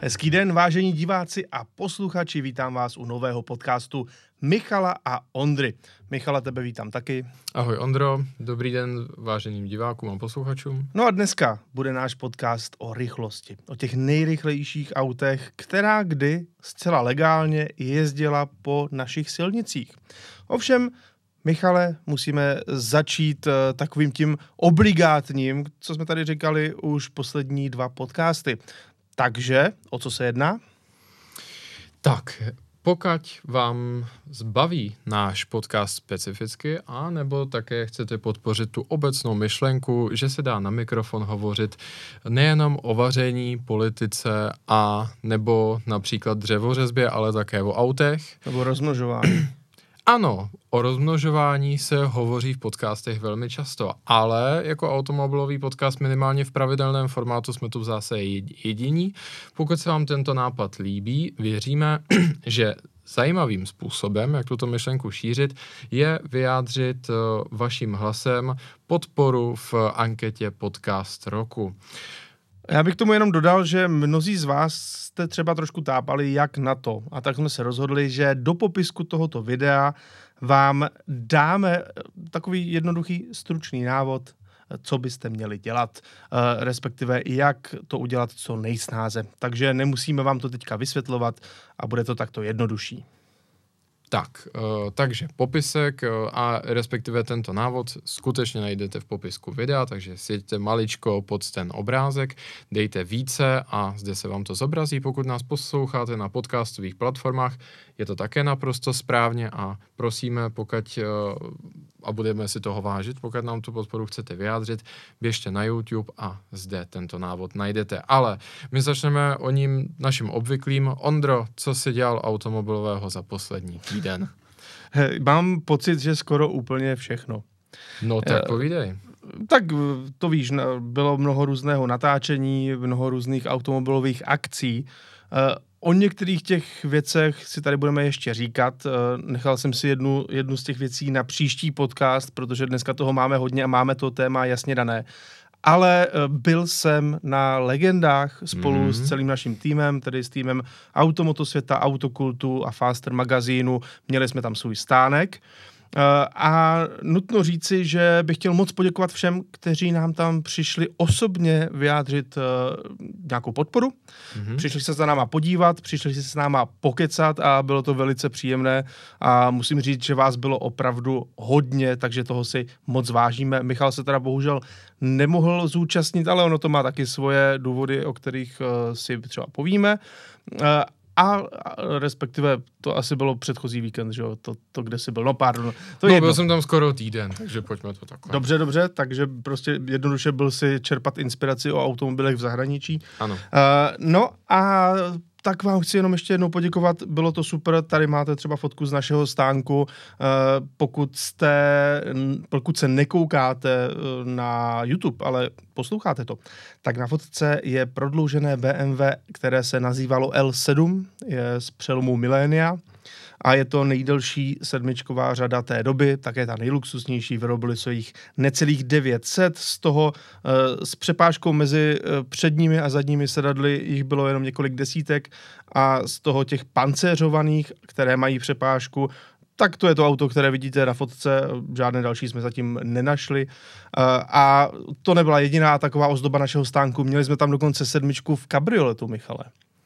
Hezký den, vážení diváci a posluchači, vítám vás u nového podcastu Michala a Ondry. Michala, tebe vítám taky. Ahoj Ondro, dobrý den váženým divákům a posluchačům. No a dneska bude náš podcast o rychlosti, o těch nejrychlejších autech, která kdy zcela legálně jezdila po našich silnicích. Ovšem, Michale, musíme začít takovým tím obligátním, co jsme tady říkali už poslední 2 podcasty. Takže, o co se jedná? Tak, pokud vám zbaví náš podcast specificky, a nebo také chcete podpořit tu obecnou myšlenku, že se dá na mikrofon hovořit nejenom o vaření, politice a nebo například dřevořezbě, ale také o autech. Nebo rozmnožování. Ano, o rozmnožování se hovoří v podcastech velmi často, ale jako automobilový podcast minimálně v pravidelném formátu jsme tu v zásadě jediní. Pokud se vám tento nápad líbí, věříme, že zajímavým způsobem, jak tuto myšlenku šířit, je vyjádřit vaším hlasem podporu v anketě Podcast roku. Já bych tomu jenom dodal, že mnozí z vás jste třeba trošku tápali, jak na to. A tak jsme se rozhodli, že do popisku tohoto videa vám dáme takový jednoduchý, stručný návod, co byste měli dělat, respektive jak to udělat co nejsnáze. Takže nemusíme vám to teďka vysvětlovat a bude to takto jednodušší. Takže popisek a respektive tento návod skutečně najdete v popisku videa, takže sjeďte maličko pod ten obrázek, dejte více a zde se vám to zobrazí. Pokud nás posloucháte na podcastových platformách, je to také naprosto správně a prosíme, a budeme si toho vážit, pokud nám tu podporu chcete vyjádřit, běžte na YouTube a zde tento návod najdete. Ale my začneme o ním naším obvyklým. Ondro, co jsi dělal automobilového za poslední týden? Mám pocit, že skoro úplně všechno. No tak povídej. Tak to víš, bylo mnoho různého natáčení, mnoho různých automobilových akcí. O některých těch věcech si tady budeme ještě říkat. Nechal jsem si jednu z těch věcí na příští podcast, protože dneska toho máme hodně a máme to téma jasně dané. Ale byl jsem na Legendách spolu s celým naším týmem, tedy s týmem Automotosvěta, Autokultu a Faster magazínu. Měli jsme tam svůj stánek. A nutno říci, že bych chtěl moc poděkovat všem, kteří nám tam přišli osobně vyjádřit nějakou podporu. Přišli se za náma podívat, přišli se s náma pokecat a bylo to velice příjemné a musím říct, že vás bylo opravdu hodně, takže toho si moc vážíme. Michal se teda bohužel nemohl zúčastnit, ale ono to má taky svoje důvody, o kterých si třeba povíme. A respektive to asi bylo předchozí víkend, že jo, to kde jsi byl, no pardon. Byl jsem tam skoro týden, takže pojďme to takhle. Dobře, takže prostě jednoduše byl si čerpat inspiraci o automobilech v zahraničí. Ano. No a tak vám chci jenom ještě jednou poděkovat, bylo to super, tady máte třeba fotku z našeho stánku, pokud se nekoukáte na YouTube, ale posloucháte to, tak na fotce je prodloužené BMW, které se nazývalo L7, je z přelomu milénia a je to nejdelší sedmičková řada té doby, také ta nejluxusnější, vyrobili se jich necelých 900, z toho s přepážkou mezi předními a zadními sedadly jich bylo jenom několik desítek a z toho těch pancéřovaných, které mají přepážku, tak to je to auto, které vidíte na fotce, žádné další jsme zatím nenašli. A to nebyla jediná taková ozdoba našeho stánku, měli jsme tam dokonce 7 v kabrioletu, Michale.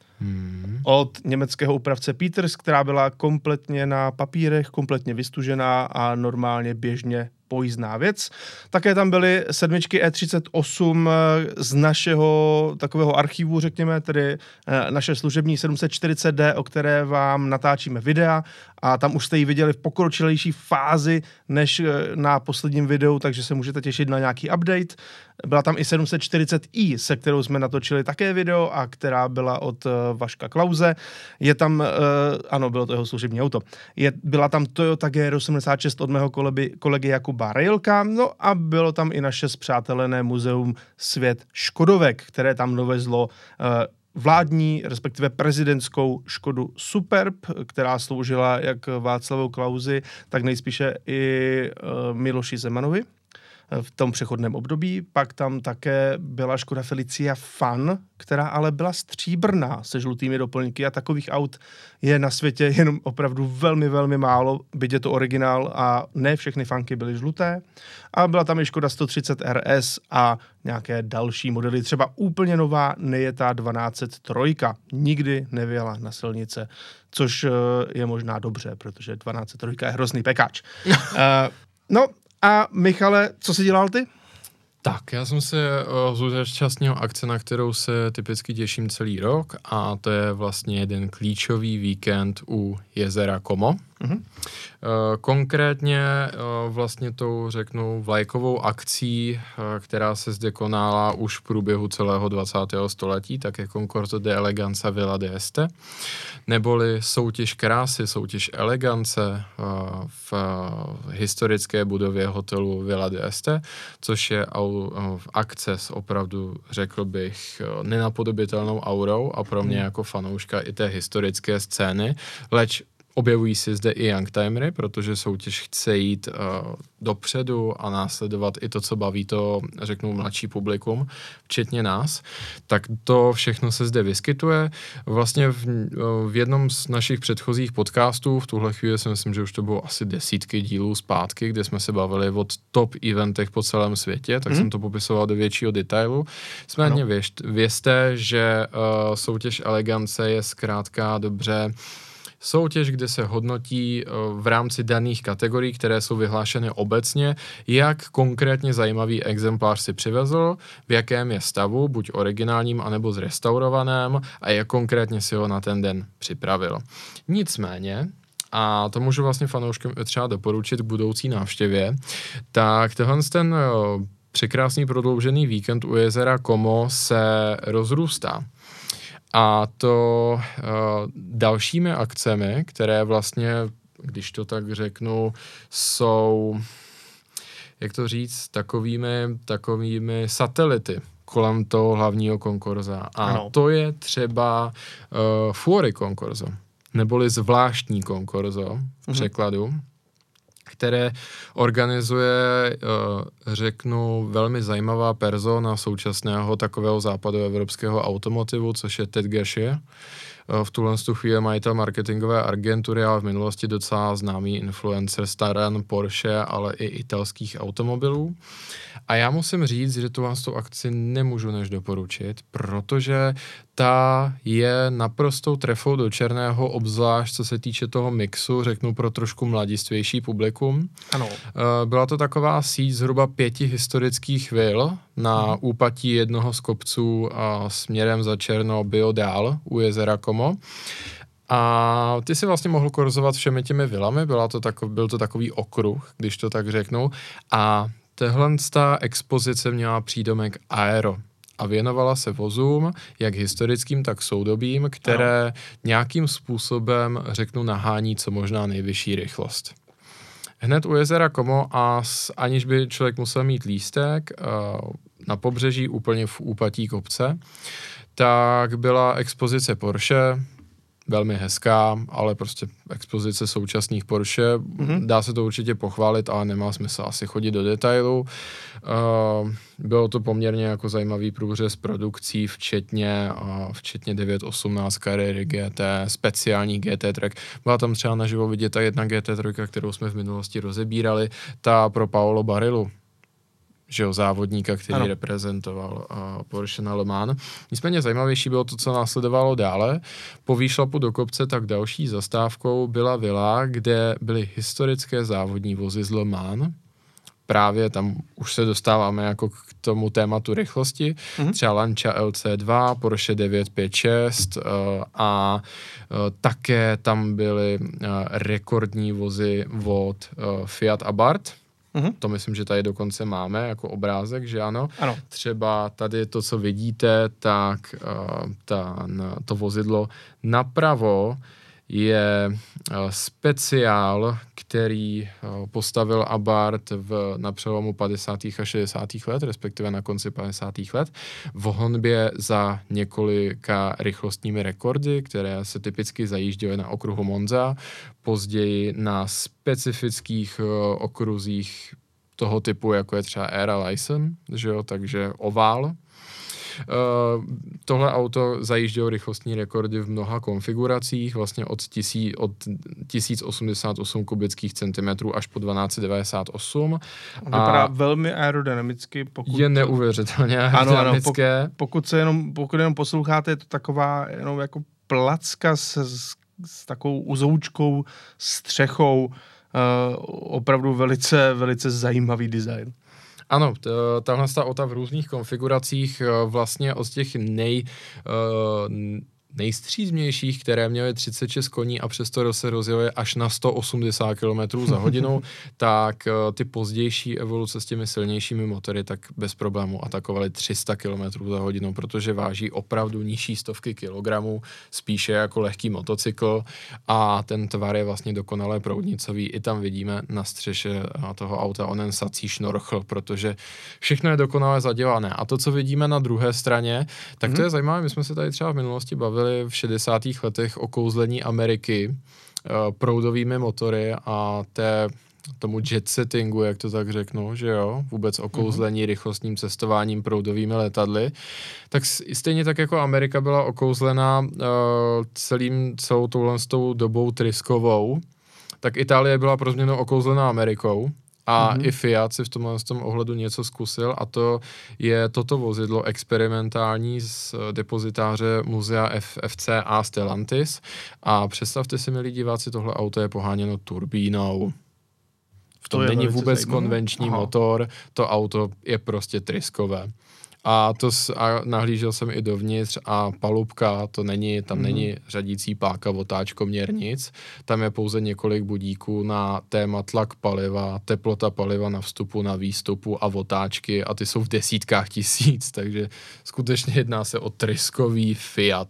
Od německého úpravce Peters, která byla kompletně na papírech, kompletně vystužená a normálně běžně pojízdná věc. Také tam byly 7 E38 z našeho takového archivu, řekněme, tedy naše služební 740D, o které vám natáčíme videa a tam už jste ji viděli v pokročilejší fázi než na posledním videu, takže se můžete těšit na nějaký update. Byla tam i 740i, se kterou jsme natočili také video a která byla od Vaška Klause. Je tam, ano, bylo to jeho služební auto. Byla tam Toyota GR86 od mého kolegy Jakuba Rejlka, no a bylo tam i naše spřátelené muzeum Svět Škodovek, které tam dovezlo vládní, respektive prezidentskou Škodu Superb, která sloužila jak Václavu Klausi, tak nejspíše i Miloši Zemanovi. v tom přechodném období. Pak tam také byla Škoda Felicia Fun, která ale byla stříbrná se žlutými doplňky a takových aut je na světě jenom opravdu velmi, velmi málo, byť je to originál a ne všechny Funky byly žluté. A byla tam i Škoda 130 RS a nějaké další modely, třeba úplně nová nejetá 1203. Nikdy nevyjela na silnice, což je možná dobře, protože 1203 je hrozný pekáč. No a Michale, co jsi dělal ty? Tak, já jsem se zúčastnil akce, na kterou se typicky těším celý rok a to je vlastně jeden klíčový víkend u jezera Como. Konkrétně vlastně tou, řeknu, vlajkovou akcí, která se zde konala už v průběhu celého 20. století, tak je Concorso de Eleganza Villa d'Este, neboli soutěž krásy, soutěž elegance v historické budově hotelu Villa d'Este, což je akce s opravdu, řekl bych, nenapodobitelnou aurou a pro mě jako fanouška i té historické scény, leč objevují se zde i youngtimery, protože soutěž chce jít dopředu a následovat i to, co baví to, řeknu, mladší publikum, včetně nás. Tak to všechno se zde vyskytuje. Vlastně v jednom z našich předchozích podcastů, v tuhle chvíli si myslím, že už to bylo asi 10 dílů zpátky, kde jsme se bavili o top eventech po celém světě, tak jsem to popisoval do většího detailu. Nicméně vězte, že soutěž elegance je zkrátka dobře soutěž, kde se hodnotí v rámci daných kategorií, které jsou vyhlášeny obecně, jak konkrétně zajímavý exemplář si přivezl, v jakém je stavu, buď originálním, anebo zrestaurovaném a jak konkrétně si ho na ten den připravil. Nicméně, a to můžu vlastně fanouškům třeba doporučit k budoucí návštěvě, tak tenhle ten překrásný prodloužený víkend u jezera Como se rozrůstá. A to dalšími akcemi, které vlastně, když to tak řeknu, jsou, jak to říct, takovými satelity kolem toho hlavního konkorza. A ano. To je třeba Fuori konkorzo, neboli zvláštní konkorzo v překladu, které organizuje, řeknu, velmi zajímavá persona současného takového západoevropského automotivu, což je Ted Gašier. V tuhle chvíli majitel marketingové agentury, ale v minulosti docela známý influencer staren Porsche, ale i italských automobilů. A já musím říct, že tu akci nemůžu než doporučit, protože ta je naprostou trefou do černého, obzvlášť co se týče toho mixu, řeknu pro trošku mladistvější publikum. Ano. Byla to taková síť zhruba 5 historických vil na úpatí jednoho z kopců směrem za Černo Biodál u jezera Como. A ty si vlastně mohl korzovat všemi těmi vilami, byl to takový okruh, když to tak řeknu. A tahle expozice měla přídomek Aero a věnovala se vozům, jak historickým, tak soudobým, které nějakým způsobem, řeknu, nahání co možná nejvyšší rychlost. Hned u jezera Como aniž by člověk musel mít lístek, na pobřeží úplně v úpatí kopce, tak byla expozice Porsche, velmi hezká, ale prostě expozice současných Porsche. Dá se to určitě pochválit, ale nemá smysl asi chodit do detailu. Bylo to poměrně jako zajímavý průřez produkcí, včetně 918 Carrera GT, speciální GT Track. Byla tam třeba naživo vidět ta jedna GT3, kterou jsme v minulosti rozebírali, ta pro Paolo Barillu, že jo, závodníka, který reprezentoval Porsche na Le Mans. Nicméně zajímavější bylo to, co následovalo dále. Po výšlapu do kopce tak další zastávkou byla vila, kde byly historické závodní vozy z Le Mans. Právě tam už se dostáváme jako k tomu tématu rychlosti. Třeba Lancia LC2, Porsche 956 a také tam byly rekordní vozy od Fiat Abarth. To myslím, že tady dokonce máme jako obrázek, že ano? Ano. Třeba tady to, co vidíte, tak to vozidlo napravo je speciál, který postavil Abarth na přelomu 50. a 60. let, respektive na konci 50. let, v honbě za několika rychlostními rekordy, které se typicky zajížděly na okruhu Monza, později na specifických okruzích toho typu, jako je třeba Era Lyson, že jo, takže ovál. Tohle auto zajíždělo rychlostní rekordy v mnoha konfiguracích, vlastně od 1088 kubických centimetrů až po 1298. Vypadá velmi aerodynamicky. Je neuvěřitelně aerodynamické. Ano, pokud jenom posloucháte, je to taková jenom jako placka s takovou uzoučkou střechou. Opravdu velice, velice zajímavý design. Ano, tahle auta v různých konfiguracích vlastně od těch nejstříznějších, které měly 36 koní a přesto se rozjeli až na 180 km za hodinu, tak ty pozdější evoluce s těmi silnějšími motory tak bez problému atakovaly 300 km za hodinu, protože váží opravdu nižší stovky kilogramů, spíše jako lehký motocykl a ten tvar je vlastně dokonale proudnicový. I tam vidíme na střeše toho auta onen sací šnorchl, protože všechno je dokonale zadělané. A to, co vidíme na druhé straně, tak to je zajímavé. My jsme se tady třeba v minulosti bavili v 60. letech o kouzlení Ameriky proudovými motory a tomu jet settingu, jak to tak řeknu, že jo, vůbec o kouzlení rychlostním cestováním proudovými letadly, tak stejně tak jako Amerika byla okouzlená celou touhle dobou tryskovou, tak Itálie byla pro změnu okouzlená Amerikou. A i Fiat si v tom ohledu něco zkusil a to je toto vozidlo experimentální z depozitáře muzea FCA Stellantis a představte si, milí diváci, tohle auto je poháněno turbínou. V tom není vůbec konvenční motor, to auto je prostě tryskové. A nahlížel jsem i dovnitř a palubka, tam není řadící páka, otáčkoměr, nic. Tam je pouze několik budíků na téma tlak paliva, teplota paliva na vstupu, na výstupu a otáčky a ty jsou v desítkách tisíc, takže skutečně jedná se o tryskový Fiat.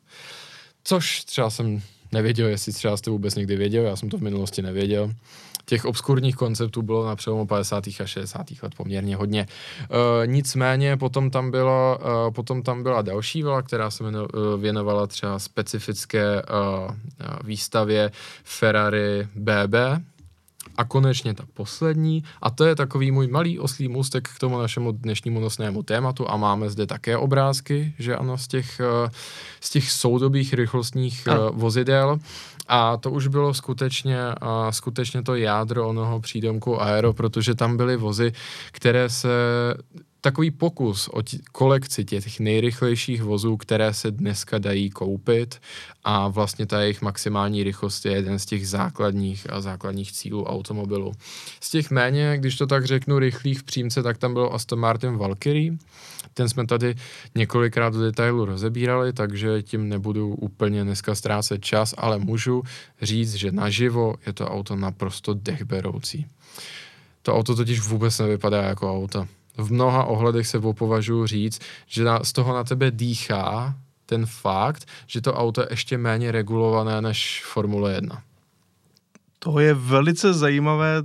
Což třeba jsem nevěděl, jestli třeba jste vůbec někdy věděl, já jsem to v minulosti nevěděl. Těch obskurních konceptů bylo na přelomu 50. a 60. let poměrně hodně. Nicméně potom tam byla další vlna, která se věnovala třeba specifické výstavě Ferrari BB. A konečně ta poslední, a to je takový můj malý oslí můstek k tomu našemu dnešnímu nosnému tématu a máme zde také obrázky, že ano, z těch soudobých rychlostních vozidel. A to už bylo skutečně to jádro onoho přídomku Aero, protože tam byly vozy, které se takový pokus o kolekci těch nejrychlejších vozů, které se dneska dají koupit a vlastně ta jejich maximální rychlost je jeden z těch základních cílů automobilu. Z těch méně, když to tak řeknu, rychlých v přímce, tak tam bylo Aston Martin Valkyrie. Ten jsme tady několikrát do detailu rozebírali, takže tím nebudu úplně dneska ztrácet čas, ale můžu říct, že naživo je to auto naprosto dechberoucí. To auto totiž vůbec nevypadá jako auto. V mnoha ohledech se opovažuji říct, že z toho na tebe dýchá ten fakt, že to auto je ještě méně regulované než Formule 1. To je velice zajímavé,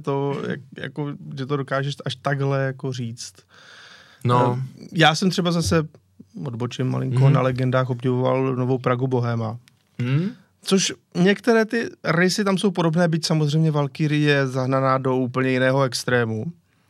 že to dokážeš až takhle jako říct. No. Já jsem třeba zase, odbočím malinko, na legendách obdivoval novou Pragu Bohema. Což některé ty rysy tam jsou podobné, byť samozřejmě Valkyrie je zahnaná do úplně jiného extrému.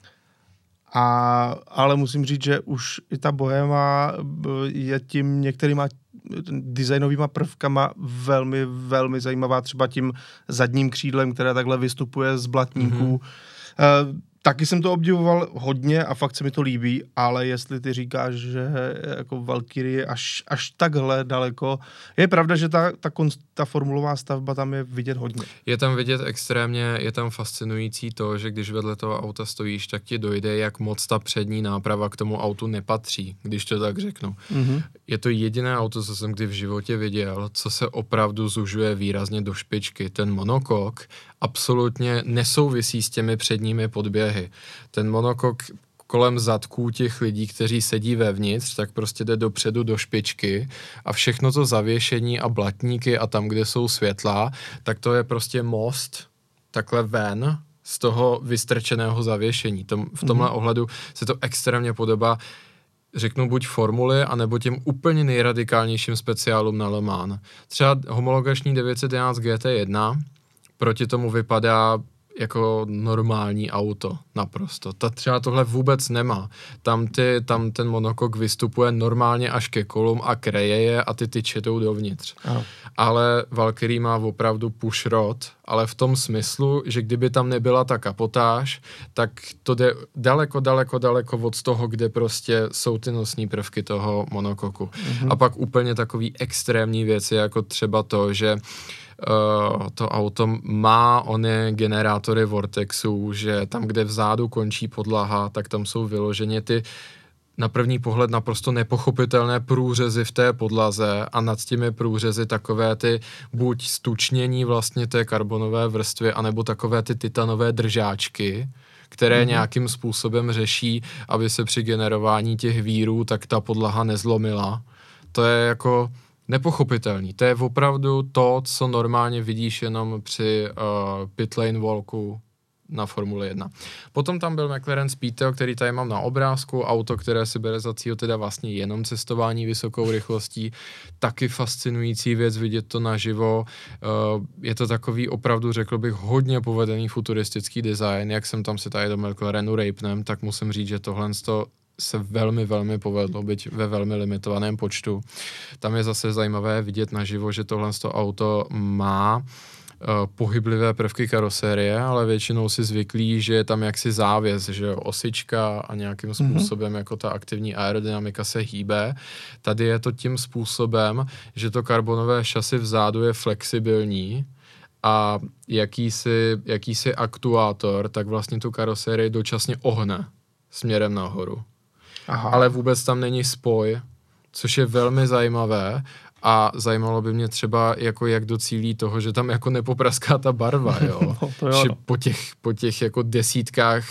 Ale musím říct, že už i ta Bohema je tím některýma designovýma prvkama velmi, velmi zajímavá, třeba tím zadním křídlem, které takhle vystupuje z blatníků. Taky jsem to obdivoval hodně a fakt se mi to líbí, ale jestli ty říkáš, že jako Valkyrie až takhle daleko, je pravda, že ta formulová stavba tam je vidět hodně. Je tam vidět extrémně, je tam fascinující to, že když vedle toho auta stojíš, tak ti dojde, jak moc ta přední náprava k tomu autu nepatří, když to tak řeknu. Je to jediné auto, co jsem kdy v životě viděl, co se opravdu zužuje výrazně do špičky. Ten monokok absolutně nesouvisí s těmi předními podběhy. Ten monokok kolem zadků těch lidí, kteří sedí vevnitř, tak prostě jde dopředu do špičky a všechno to zavěšení a blatníky a tam, kde jsou světla, tak to je prostě most takhle ven z toho vystrčeného zavěšení. V tomhle ohledu se to extrémně podobá, řeknu buď formuli, anebo těm úplně nejradikálnějším speciálům na Le Mans. Třeba homologační 911 GT1 proti tomu vypadá jako normální auto, naprosto. Ta třeba tohle vůbec nemá. Tam ten monokok vystupuje normálně až ke kolům a kreje je a ty tyče jdou dovnitř. Ano. Ale Valkyrie má opravdu pushrod, ale v tom smyslu, že kdyby tam nebyla ta kapotáž, tak to jde daleko od toho, kde prostě jsou ty nosní prvky toho monokoku. A pak úplně takový extrémní věci, jako třeba to, že to auto má ony generátory vortexů, že tam, kde vzadu končí podlaha, tak tam jsou vyloženě ty na první pohled naprosto nepochopitelné průřezy v té podlaze a nad těmi průřezy takové ty buď stučnění vlastně té karbonové vrstvy, anebo takové ty titanové držáčky, které nějakým způsobem řeší, aby se při generování těch vírů tak ta podlaha nezlomila. To je jako nepochopitelný. To je opravdu to, co normálně vidíš jenom při pit lane walku na Formule 1. Potom tam byl McLaren Speedtail, který tady mám na obrázku, auto, které si bere za cíl teda vlastně jenom cestování vysokou rychlostí, taky fascinující věc vidět to naživo. Je to takový opravdu, řekl bych, hodně povedený futuristický design, jak jsem tam si tady do McLarenu rejpnem, tak musím říct, že tohle se velmi, velmi povedlo, byť ve velmi limitovaném počtu. Tam je zase zajímavé vidět naživo, že tohle auto má pohyblivé prvky karosérie, ale většinou si zvyklí, že je tam jaksi závěs, že osička a nějakým způsobem jako ta aktivní aerodynamika se hýbe. Tady je to tím způsobem, že to karbonové šasy vzadu je flexibilní a jakýsi aktuátor, tak vlastně tu karosérii dočasně ohne směrem nahoru. Aha. Ale vůbec tam není spoj, což je velmi zajímavé a zajímalo by mě třeba, jako jak docílí toho, že tam jako nepopraská ta barva, jo. Že po těch jako desítkách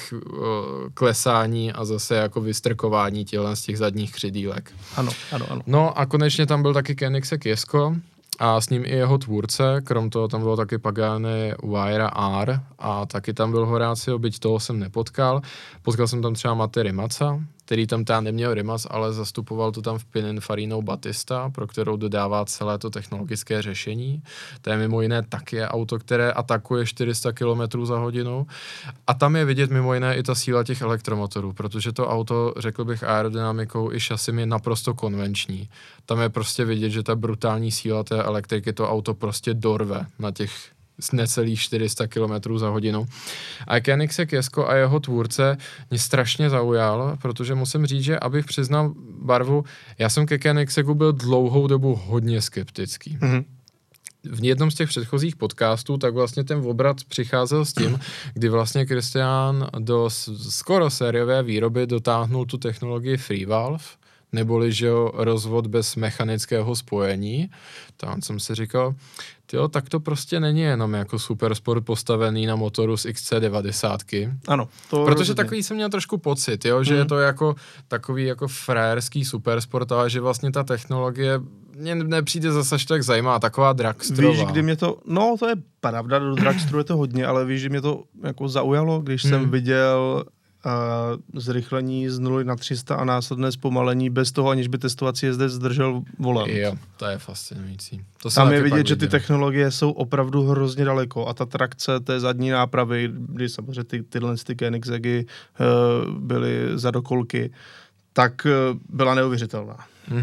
klesání a zase jako vystrkování z těch zadních křidílek. Ano. No a konečně tam byl taky Koenigsegg Jesko a s ním i jeho tvůrce, krom toho tam bylo taky Pagani Huayra R a taky tam byl Horacio, byť toho jsem nepotkal. Potkal jsem tam třeba Matteo Rimazza, který tam neměl Rimac, ale zastupoval to tam v Pininfarina Battista, pro kterou dodává celé to technologické řešení. To je mimo jiné taky auto, které atakuje 400 km za hodinu. A tam je vidět mimo jiné i ta síla těch elektromotorů, protože to auto, řekl bych, aerodynamikou i šasim je naprosto konvenční. Tam je prostě vidět, že ta brutální síla té elektriky to auto prostě dorve na těch necelých 400 km za hodinu. A Koenigsegg Jesko a jeho tvůrce mě strašně zaujal, protože musím říct, že abych přiznal barvu, já jsem ke Koenigseggu byl dlouhou dobu hodně skeptický. V jednom z těch předchozích podcastů tak vlastně ten obrat přicházel s tím, kdy vlastně Christian do skoro sériové výroby dotáhnul tu technologii FreeValve, neboli že rozvod bez mechanického spojení. Tam jsem si říkal, tak to prostě není jenom jako supersport postavený na motoru z XC90. Ano. Protože takový jsem měl trošku pocit, že je to jako takový jako frérský supersport, ale že vlastně ta technologie mě nepřijde zase až tak zajímá, taková dragsterová. Víš, kdy mě to, to je pravda, do dragsteru je to hodně, ale víš, že mě to jako zaujalo, když jsem viděl zrychlení z 0 na 300 a následné zpomalení bez toho, aniž by testovací jezdec zdržel volant. Jo, to je fascinující. Tam je vidět, že ty technologie jsou opravdu hrozně daleko a ta trakce té zadní nápravy, kdy samozřejmě tyhle Koenigsegy byly zadokolky, tak byla neuvěřitelná.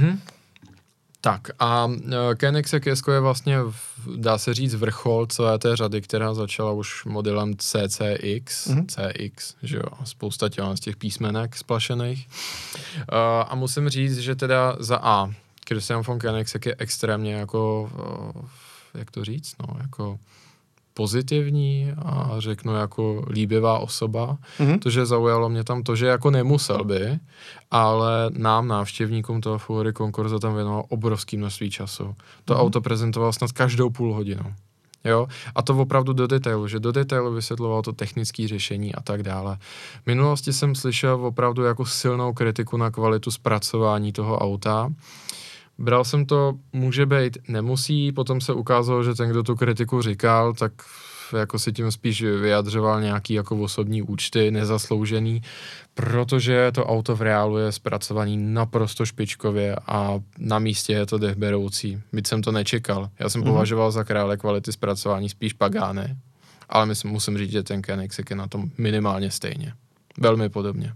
Tak a Koenigsegg Jesko je vlastně, dá se říct, vrchol celé té řady, která začala už modelem CCX, CX, že jo, spousta z těch písmenek splašených. A musím říct, že teda za A, Christian von Koenigsegg je extrémně jako, jak to říct, jako pozitivní a řeknu jako líbivá osoba. To, že zaujalo mě tam to, že jako nemusel by, ale nám, návštěvníkům toho Fury Concorsa tam věnoval obrovský množství času. To auto prezentoval snad každou půl hodinu. Jo? A to opravdu do detailu, že do detailu vysvětloval to technické řešení a tak dále. V minulosti jsem slyšel opravdu jako silnou kritiku na kvalitu zpracování toho auta. Bral jsem to, může být, nemusí, potom se ukázalo, že ten, kdo tu kritiku říkal, tak jako si tím spíš vyjadřoval nějaký jako osobní účty, nezasloužený, protože to auto v reálu je zpracovaný naprosto špičkově a na místě je to dechberoucí. Byť jsem to nečekal. Já jsem považoval za krále kvality zpracování spíš Pagani, Ale musím říct, že ten Koenigsegg je na tom minimálně stejně. Velmi podobně.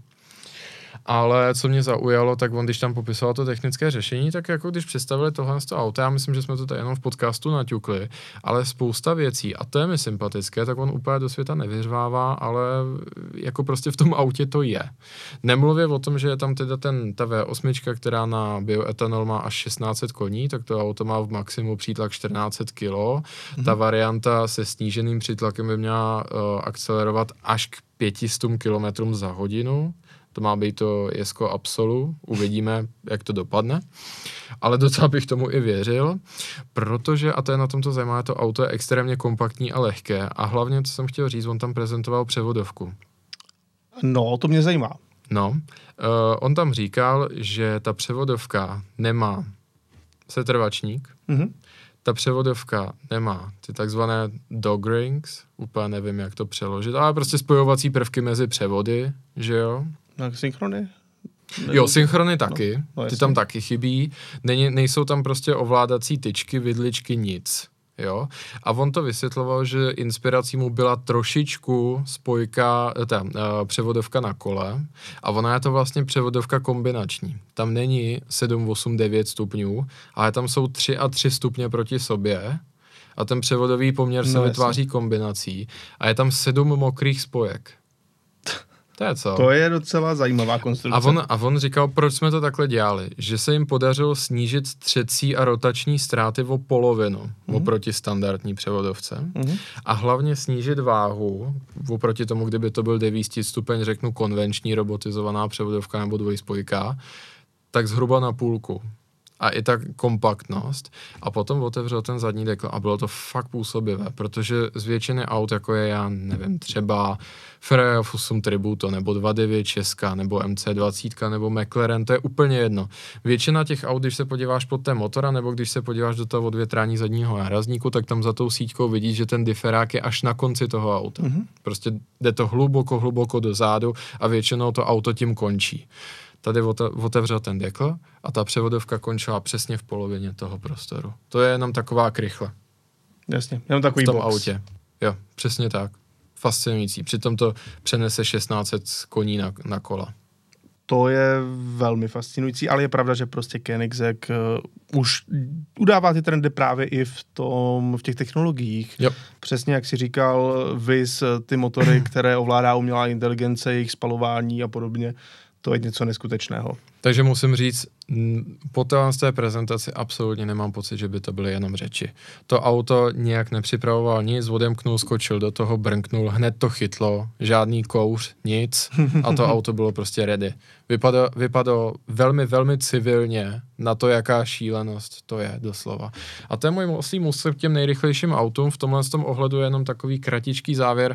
Ale co mě zaujalo, tak on, když tam popisoval to technické řešení, tak jako když představili tohle z toho auta, já myslím, že jsme to tady jenom v podcastu naťukli, ale spousta věcí, a to je mi sympatické, tak on úplně do světa nevyřvává, ale jako prostě v tom autě to je. Nemluvě o tom, že je tam teda ta V8, která na bioetanol má až 1600 koní, tak to auto má v maximu přítlak 1400 kg. Ta varianta se sníženým přítlakem by měla akcelerovat až k 500 km za hodinu. To má být to Jesko Absolu, uvidíme, jak to dopadne. Ale docela bych tomu i věřil, protože, a to je na tomto zajímavé, to auto je extrémně kompaktní a lehké a hlavně, co jsem chtěl říct, on tam prezentoval převodovku. No, to mě zajímá. No, on tam říkal, že ta převodovka nemá setrvačník, ta převodovka nemá ty takzvané dog rings, úplně nevím, jak to přeložit, ale prostě spojovací prvky mezi převody, že jo? Tak synchrony? Jo, synchrony taky, no ty tam taky chybí, nejsou tam prostě ovládací tyčky, vidličky, nic, jo. A on to vysvětloval, že inspirací mu byla trošičku převodovka na kole a ona je to vlastně převodovka kombinační. Tam není 7, 8, 9 stupňů, ale tam jsou 3 a 3 stupně proti sobě a ten převodový poměr se vytváří kombinací a je tam 7 mokrých spojek. To je co? To je docela zajímavá konstrukce. A on říkal, proč jsme to takhle dělali. Že se jim podařilo snížit třecí a rotační ztráty o polovinu oproti standardní převodovce. A hlavně snížit váhu oproti tomu, kdyby to byl 9 stupeň, řeknu konvenční robotizovaná převodovka nebo dvojspojka, tak zhruba na půlku. A i ta kompaktnost. A potom otevřel ten zadní dekl a bylo to fakt působivé, protože z většiny aut, jako je, já nevím, třeba Ferrari 8 Tributo, nebo 2.9 Česka, nebo MC20, nebo McLaren, to je úplně jedno. Většina těch aut, když se podíváš pod té motora, nebo když se podíváš do toho odvětrání zadního nárazníku, tak tam za tou síťkou vidíš, že ten diferák je až na konci toho auta. Prostě jde to hluboko dozadu a většinou to auto tím končí. Tady otevřel ten dekl a ta převodovka končila přesně v polovině toho prostoru. To je jenom taková krychle. Jasně, jenom takový v tom box. autě. Jo, přesně tak. Fascinující. Přitom to přenese 1600 koní na kola. To je velmi fascinující, ale je pravda, že prostě Koenigsegg už udává ty trendy právě i v těch technologiích. Jo. Přesně jak si říkal, viz ty motory, které ovládá umělá inteligence, jejich spalování a podobně. To je něco neskutečného. Takže musím říct, po té prezentaci absolutně nemám pocit, že by to byly jenom řeči. To auto nějak nepřipravoval nic, odemknul, skočil do toho, brnknul, hned to chytlo, žádný kouř, nic a to auto bylo prostě ready. Vypadalo velmi, velmi civilně na to, jaká šílenost to je doslova. A to je můj oslý můstek k těm nejrychlejším autům. V tomhle ohledu je jenom takový kratičký závěr.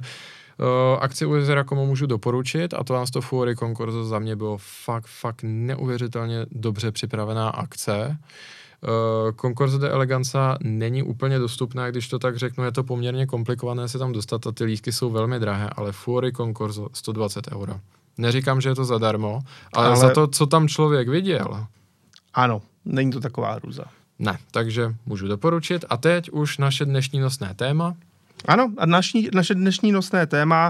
Akci u jezera komu můžu doporučit a to Fury Concorso za mě bylo fakt neuvěřitelně dobře připravená akce. Concorso de Eleganza není úplně dostupná, když to tak řeknu, je to poměrně komplikované se tam dostat a ty lístky jsou velmi drahé, ale Fury Concorso 120 €. Neříkám, že je to zadarmo, ale za to, co tam člověk viděl. Ano, není to taková hrůza. Ne, takže můžu doporučit a teď už naše dnešní nosné téma. Ano, a naše dnešní nosné téma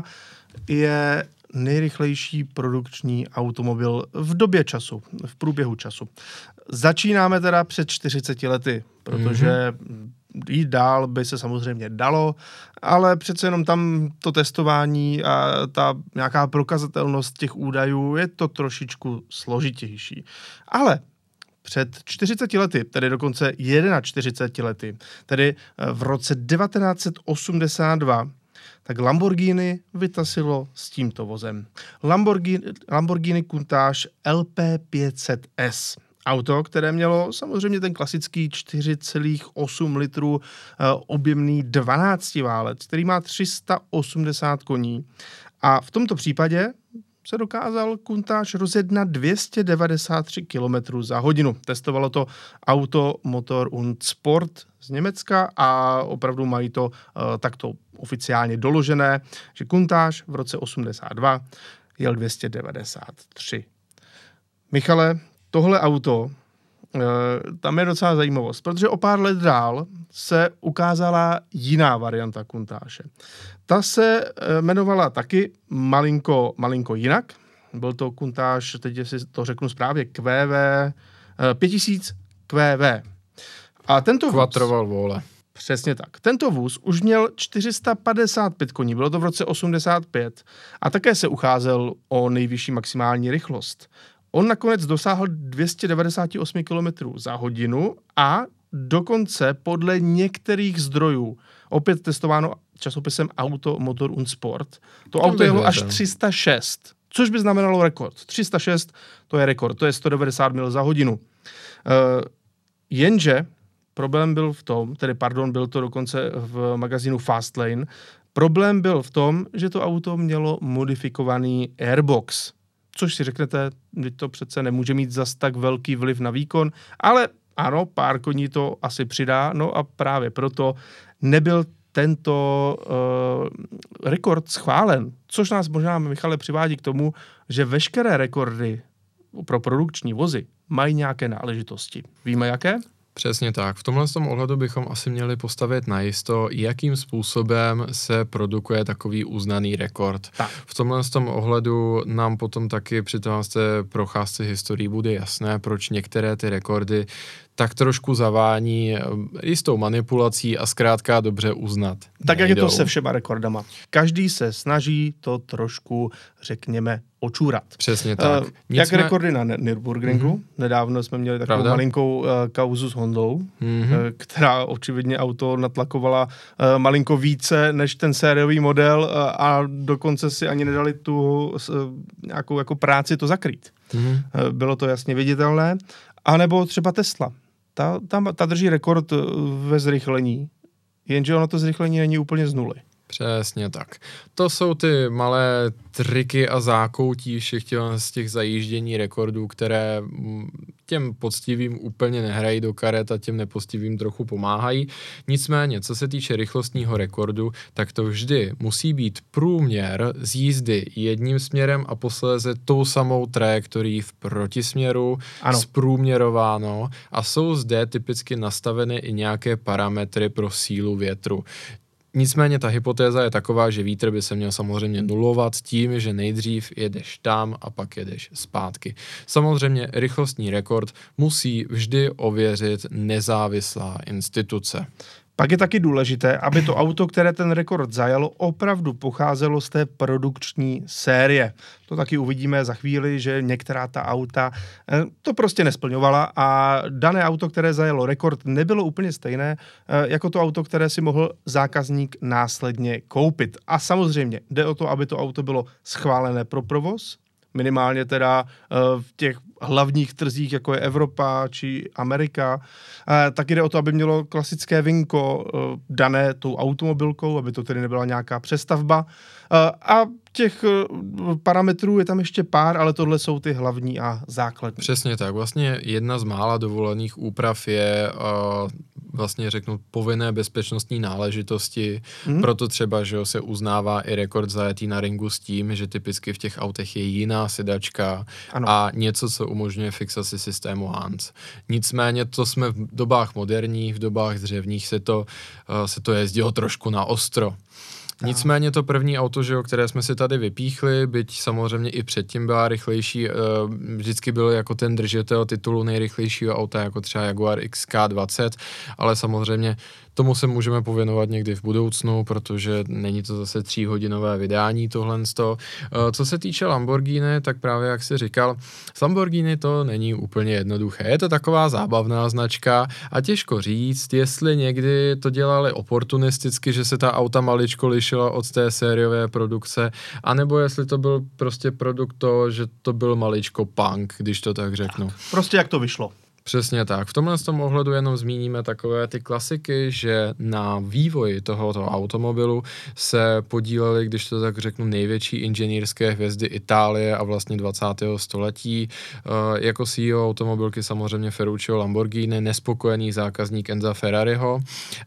je nejrychlejší produkční automobil v době času, v průběhu času. Začínáme teda před 40 lety, protože jít dál by se samozřejmě dalo, ale přece jenom tam to testování a ta nějaká prokazatelnost těch údajů je to trošičku složitější. Ale před 40 lety, tedy dokonce 41 lety, tedy v roce 1982, tak Lamborghini vytasilo s tímto vozem. Lamborghini Countach LP500S. Auto, které mělo samozřejmě ten klasický 4,8 litrů objemný 12-válec, který má 380 koní. A v tomto případě se dokázal Countach rozjet na 293 km za hodinu. Testovalo to Auto Motor und Sport z Německa a opravdu mají to takto oficiálně doložené, že Countach v roce 82 jel 293. Michale, tohle auto tam je docela zajímavost, protože o pár let dál se ukázala jiná varianta Countach. Ta se jmenovala taky malinko jinak. Byl to Countach, teď si to řeknu správně, QV, 5000 QV. A tento Quattroval vole. Přesně tak. Tento vůz už měl 455 koní, bylo to v roce 85 a také se ucházel o nejvyšší maximální rychlost. On nakonec dosáhl 298 km za hodinu a dokonce podle některých zdrojů, opět testováno časopisem Auto, Motor und Sport, to auto jelo až 306, což by znamenalo rekord. 306 to je rekord, to je 190 mil za hodinu. Jenže problém byl v tom, byl to dokonce v magazínu Fastlane, problém byl v tom, že to auto mělo modifikovaný airbox. Což si řeknete, že to přece nemůže mít zas tak velký vliv na výkon, ale ano, pár koní to asi přidá, no a právě proto nebyl tento rekord schválen, což nás možná, Michale, přivádí k tomu, že veškeré rekordy pro produkční vozy mají nějaké náležitosti. Víme jaké? Přesně tak. V tomhle ohledu bychom asi měli postavit najisto, jakým způsobem se produkuje takový uznaný rekord. Tak. V tomhle ohledu nám potom taky při té procházce historií bude jasné, proč některé ty rekordy tak trošku zavání jistou manipulací a zkrátka dobře uznat. Tak jak je to se všema rekordama. Každý se snaží to trošku, řekněme, očůrat. Přesně tak. Jak rekordy na Nürburgringu. Nedávno jsme měli takovou malinkou kauzu s Hondou, která očividně auto natlakovala malinko více než ten sériový model a dokonce si ani nedali tu nějakou jako práci to zakrýt. Bylo to jasně viditelné. A nebo třeba Tesla. Ta drží rekord ve zrychlení, jenže ono to zrychlení není úplně z nuly. Přesně tak. To jsou ty malé triky a zákoutí všech z těch zajíždění rekordů, které těm poctivým úplně nehrají do karet a těm nepoctivým trochu pomáhají. Nicméně, co se týče rychlostního rekordu, tak to vždy musí být průměr z jízdy jedním směrem a posléze tou samou trajektorií v protisměru, zprůměrováno a jsou zde typicky nastaveny i nějaké parametry pro sílu větru. Nicméně ta hypotéza je taková, že vítr by se měl samozřejmě nulovat tím, že nejdřív jedeš tam a pak jedeš zpátky. Samozřejmě rychlostní rekord musí vždy ověřit nezávislá instituce. Pak je taky důležité, aby to auto, které ten rekord zajalo, opravdu pocházelo z té produkční série. To taky uvidíme za chvíli, že některá ta auta to prostě nesplňovala a dané auto, které zajalo rekord, nebylo úplně stejné jako to auto, které si mohl zákazník následně koupit. A samozřejmě jde o to, aby to auto bylo schválené pro provoz, minimálně teda v těch hlavních trzích, jako je Evropa či Amerika. Tak jde o to, aby mělo klasické vinko dané tou automobilkou, aby to tedy nebyla nějaká přestavba. A těch parametrů je tam ještě pár, ale tohle jsou ty hlavní a základní. Přesně tak. Vlastně jedna z mála dovolených úprav je vlastně řeknu povinné bezpečnostní náležitosti. Proto třeba, že se uznává i rekord zajetý na ringu s tím, že typicky v těch autech je jiná sedačka a něco, co umožňuje fixaci systému Hans. Nicméně to jsme v dobách moderních, v dobách dřevních se to jezdilo trošku na ostro. Nicméně to první auto, které jsme si tady vypíchli, byť samozřejmě i předtím byla rychlejší, vždycky byl jako ten držitel titulu nejrychlejšího auta, jako třeba Jaguar XK20, ale samozřejmě tomu se můžeme pověnovat někdy v budoucnu, protože není to zase 3hodinové vydání tohle. Co se týče Lamborghini, tak právě jak jsi říkal, s Lamborghini to není úplně jednoduché. Je to taková zábavná značka a těžko říct, jestli někdy to dělali oportunisticky, že se ta auta maličko lišila od té sériové produkce, anebo jestli to byl prostě produkt to, že to byl maličko punk, když to tak řeknu. Tak, prostě jak to vyšlo. Přesně tak. V tomhle ohledu jenom zmíníme takové ty klasiky, že na vývoji tohoto automobilu se podílely, když to tak řeknu, největší inženýrské hvězdy Itálie a vlastně 20. století. Jako CEO automobilky samozřejmě Ferruccio Lamborghini, nespokojený zákazník Enza Ferrariho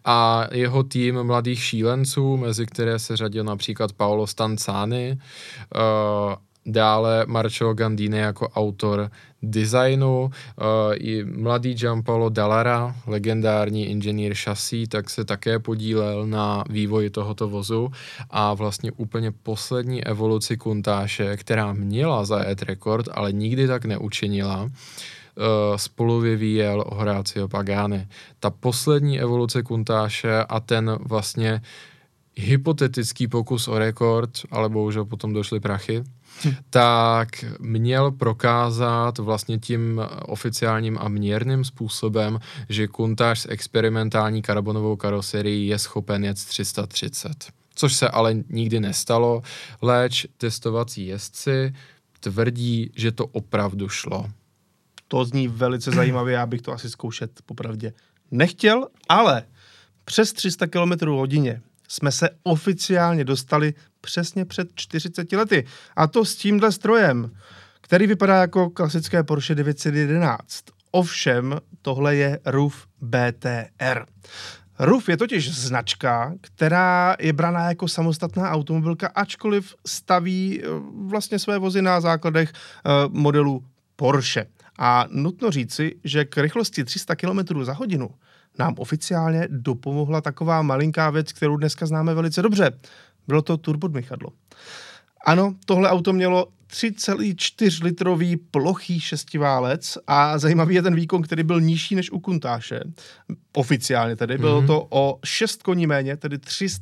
a jeho tým mladých šílenců, mezi které se řadil například Paolo Stanzani, Dále Marcello Gandini jako autor designu, i mladý Giampaolo Dallara, legendární inženýr šasí, tak se také podílel na vývoji tohoto vozu a vlastně úplně poslední evoluci Countach, která měla zajet rekord, ale nikdy tak neučinila, spolu vyvíjel Horacio Pagani. Ta poslední evoluce Countach a ten vlastně hypotetický pokus o rekord, ale bohužel potom došly prachy, tak měl prokázat vlastně tím oficiálním a měrným způsobem, že Countach s experimentální karbonovou karoserií je schopen jet 330. Což se ale nikdy nestalo, leč testovací jezdci tvrdí, že to opravdu šlo. To zní velice zajímavě, já bych to asi zkoušet popravdě nechtěl, ale přes 300 km hodině jsme se oficiálně dostali přesně před 40 lety. A to s tímhle strojem, který vypadá jako klasické Porsche 911. Ovšem, tohle je RUF BTR. RUF je totiž značka, která je braná jako samostatná automobilka, ačkoliv staví vlastně své vozy na základech modelů Porsche. A nutno říci, že k rychlosti 300 km za hodinu nám oficiálně dopomohla taková malinká věc, kterou dneska známe velice dobře. Bylo to turbodmychadlo. Ano, tohle auto mělo 3,4 litrový plochý šestiválec a zajímavý je ten výkon, který byl nižší než u Countache. Oficiálně tedy. Bylo to o 6 koní méně, tedy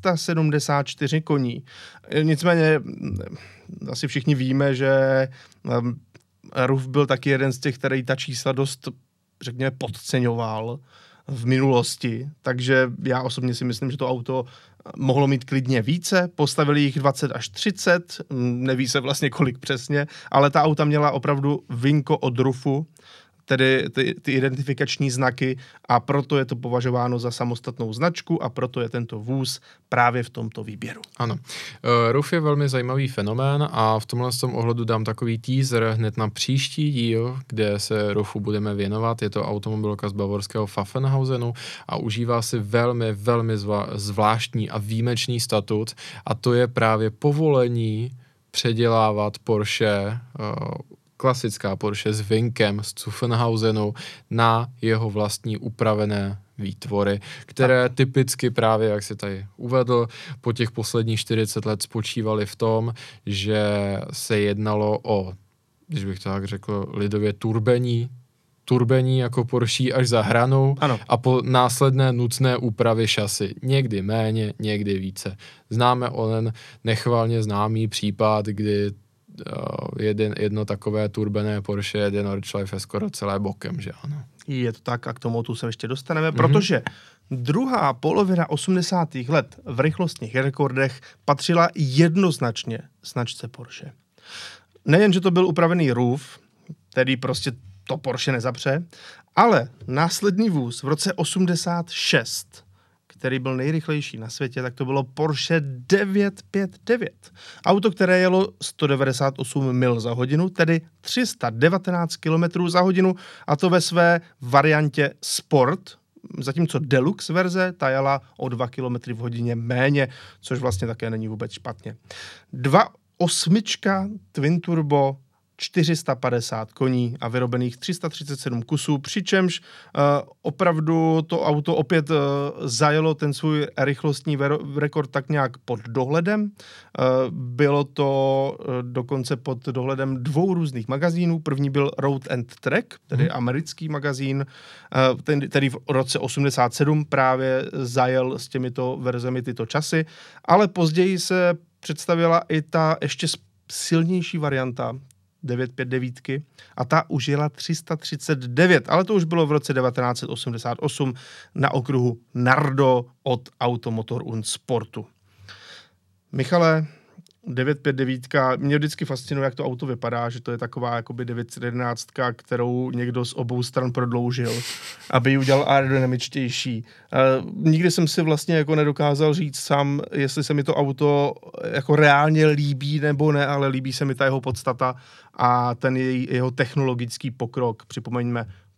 374 koní. Nicméně asi všichni víme, že RUF byl taky jeden z těch, který ta čísla dost, řekněme, podceňoval v minulosti, takže já osobně si myslím, že to auto mohlo mít klidně více, postavili jich 20 až 30, neví se vlastně kolik přesně, ale ta auta měla opravdu vinko od RUFu, tedy ty identifikační znaky a proto je to považováno za samostatnou značku a proto je tento vůz právě v tomto výběru. Ano. RUF je velmi zajímavý fenomén a v tomhle ohledu dám takový teaser hned na příští díl, kde se RUFu budeme věnovat. Je to automobilka z bavorského Pfaffenhausenu a užívá si velmi, velmi zvláštní a výjimečný statut a to je právě povolení předělávat Porsche, klasická Porsche s vinkem z Zuffenhausenu na jeho vlastní upravené výtvory, které typicky právě, jak se tady uvedl, po těch posledních 40 let spočívaly v tom, že se jednalo o, když bych to tak řekl, lidově turbení jako Porsche až za hranou a po následné nutné úpravy šasy. Někdy méně, někdy více. Známe onen nechvalně známý případ, kdy jedno takové turbené Porsche, jeden Nordschleife je skoro celé bokem, že ano. Je to tak a k tomu tu se ještě dostaneme, protože druhá polovina 80. let v rychlostních rekordech patřila jednoznačně značce Porsche. Nejen, že to byl upravený RUF, který prostě to Porsche nezapře, ale následný vůz v roce 86, který byl nejrychlejší na světě, tak to bylo Porsche 959. Auto, které jelo 198 mil za hodinu, tedy 319 km za hodinu, a to ve své variantě Sport, zatímco Deluxe verze, ta jela o 2 km v hodině méně, což vlastně také není vůbec špatně. 2.8 Twin Turbo, 450 koní a vyrobených 337 kusů, přičemž opravdu to auto opět zajelo ten svůj rychlostní rekord tak nějak pod dohledem. Bylo to dokonce pod dohledem 2 různých magazínů. První byl Road and Track, tedy americký magazín, který v roce 87 právě zajel s těmito verzemi tyto časy, ale později se představila i ta ještě silnější varianta 959 a ta už jela 339, ale to už bylo v roce 1988 na okruhu Nardo od Automotor und Sportu. Michale, 959, mě vždycky fascinuje, jak to auto vypadá, že to je taková jakoby 911, kterou někdo z obou stran prodloužil, aby ji udělal aerodynamičtější. Nikdy jsem si vlastně jako nedokázal říct sám, jestli se mi to auto jako reálně líbí nebo ne, ale líbí se mi ta jeho podstata a ten jeho technologický pokrok. Připomeňme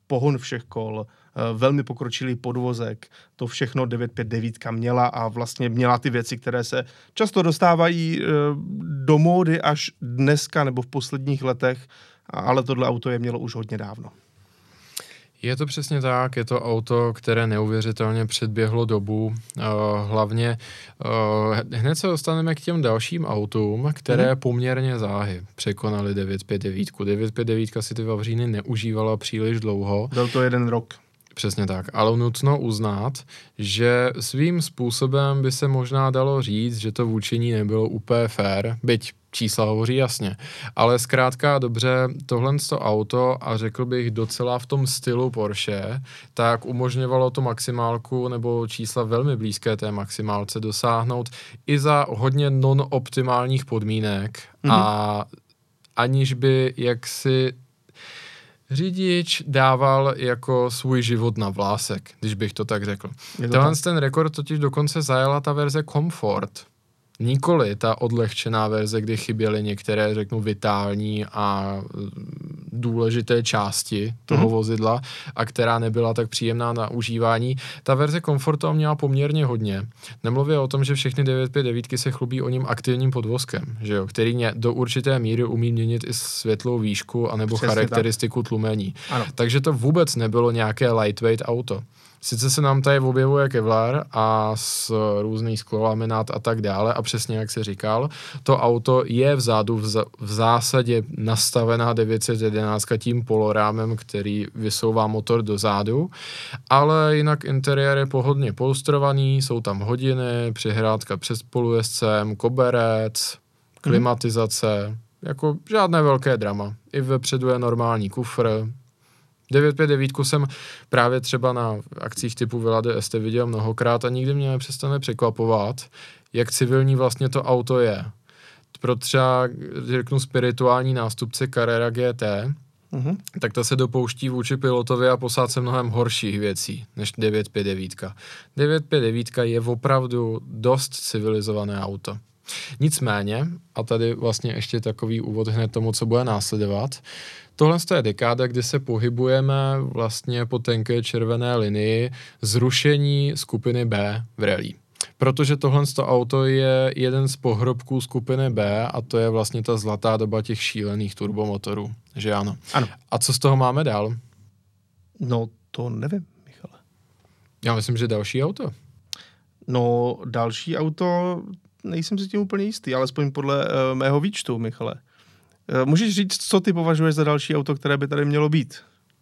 pohon všech kol, velmi pokročilý podvozek, to všechno 959 měla a vlastně měla ty věci, které se často dostávají do módy až dneska nebo v posledních letech, ale tohle auto je mělo už hodně dávno. Je to přesně tak, je to auto, které neuvěřitelně předběhlo dobu, hlavně hned se dostaneme k těm dalším autům, které poměrně záhy překonaly 959. 959 si ty Vavříny neužívala příliš dlouho. Byl to 1 rok. Přesně tak, ale nutno uznat, že svým způsobem by se možná dalo říct, že to vůči ní nebylo úplně fair, byť čísla hovoří jasně, ale zkrátka dobře, tohle auto a řekl bych docela v tom stylu Porsche, tak umožňovalo tu maximálku nebo čísla velmi blízké té maximálce dosáhnout i za hodně non-optimálních podmínek a aniž by jaksi řidič dával jako svůj život na vlásek, když bych to tak řekl. Ten rekord totiž dokonce zajala ta verze Comfort. Nikoli ta odlehčená verze, kdy chyběly některé, řeknu, vitální a důležité části toho vozidla a která nebyla tak příjemná na užívání. Ta verze Comfortu měla poměrně hodně. Nemluvě o tom, že všechny 959 se chlubí o ním aktivním podvozkem, že jo, který do určité míry umí měnit i světlou výšku anebo přesně charakteristiku tlumení. Ano. Takže to vůbec nebylo nějaké lightweight auto. Sice se nám tady objevuje Kevlar a s různý sklolaminát a tak dále a přesně jak se říkal, to auto je vzadu v zásadě nastavená 911 tím polorámem, který vysouvá motor dozadu, ale jinak interiér je pohodlně polstrovaný, jsou tam hodiny, přihrádka před spolujezdcem, koberec, klimatizace, jako žádné velké drama. I vepředu je normální kufr. 959 jsem právě třeba na akcích typu Villa de Este viděl mnohokrát a nikdy mě nepřestane překvapovat, jak civilní vlastně to auto je. Pro třeba, řeknu, spirituální nástupce Carrera GT, tak ta se dopouští vůči pilotovi a posádce mnohem horších věcí než 959. 959 je opravdu dost civilizované auto. Nicméně, a tady vlastně ještě takový úvod hned tomu, co bude následovat, tohle je dekáda, kdy se pohybujeme vlastně po tenké červené linii zrušení skupiny B v rally. Protože tohle auto je jeden z pohrobků skupiny B a to je vlastně ta zlatá doba těch šílených turbomotorů, že ano? Ano. A co z toho máme dál? No, to nevím, Michale. Já myslím, že další auto. No, další auto, nejsem si tím úplně jistý, alespoň podle mého výčtu, Michale. Můžeš říct, co ty považuješ za další auto, které by tady mělo být?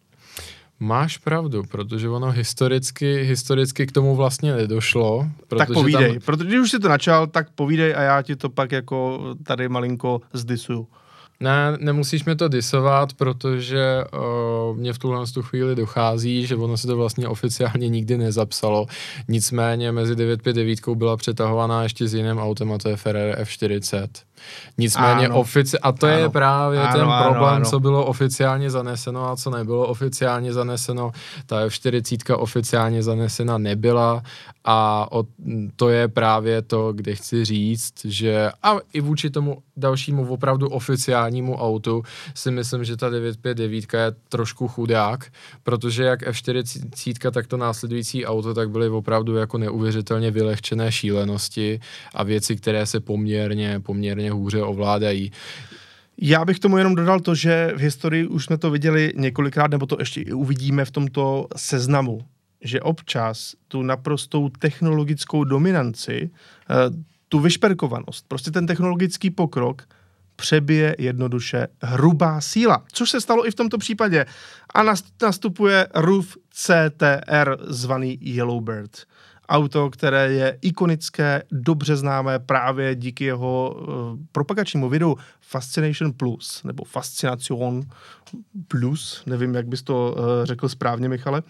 Máš pravdu, protože ono historicky k tomu vlastně nedošlo. Tak povídej, protože když už jsi to načal, tak povídej a já ti to pak jako tady malinko zdisuju. Ne, nemusíš mi to disovat, protože mě v tuhle chvíli dochází, že ono se to vlastně oficiálně nikdy nezapsalo. Nicméně mezi 959 byla přetahovaná ještě s jiným autem a to je Ferrari F40. Nicméně a to je právě ten problém, co bylo oficiálně zaneseno a co nebylo oficiálně zaneseno. Ta F40 oficiálně zanesena nebyla a to je právě to, kde chci říct, že a i vůči tomu dalšímu opravdu oficiálnímu autu si myslím, že ta 959 je trošku chudák, protože jak F40, tak to následující auto, tak byly opravdu jako neuvěřitelně vylehčené šílenosti a věci, které se poměrně hůře ovládají. Já bych tomu jenom dodal to, že v historii už jsme to viděli několikrát, nebo to ještě i uvidíme v tomto seznamu, že občas tu naprostou technologickou dominanci, tu vyšperkovanost, prostě ten technologický pokrok přebije jednoduše hrubá síla, což se stalo i v tomto případě. A nastupuje RUF CTR, zvaný Yellowbird. Auto, které je ikonické, dobře známé právě díky jeho propagačnímu videu Fascination Plus, nebo Fascination Plus, nevím, jak bys to řekl správně, Michale.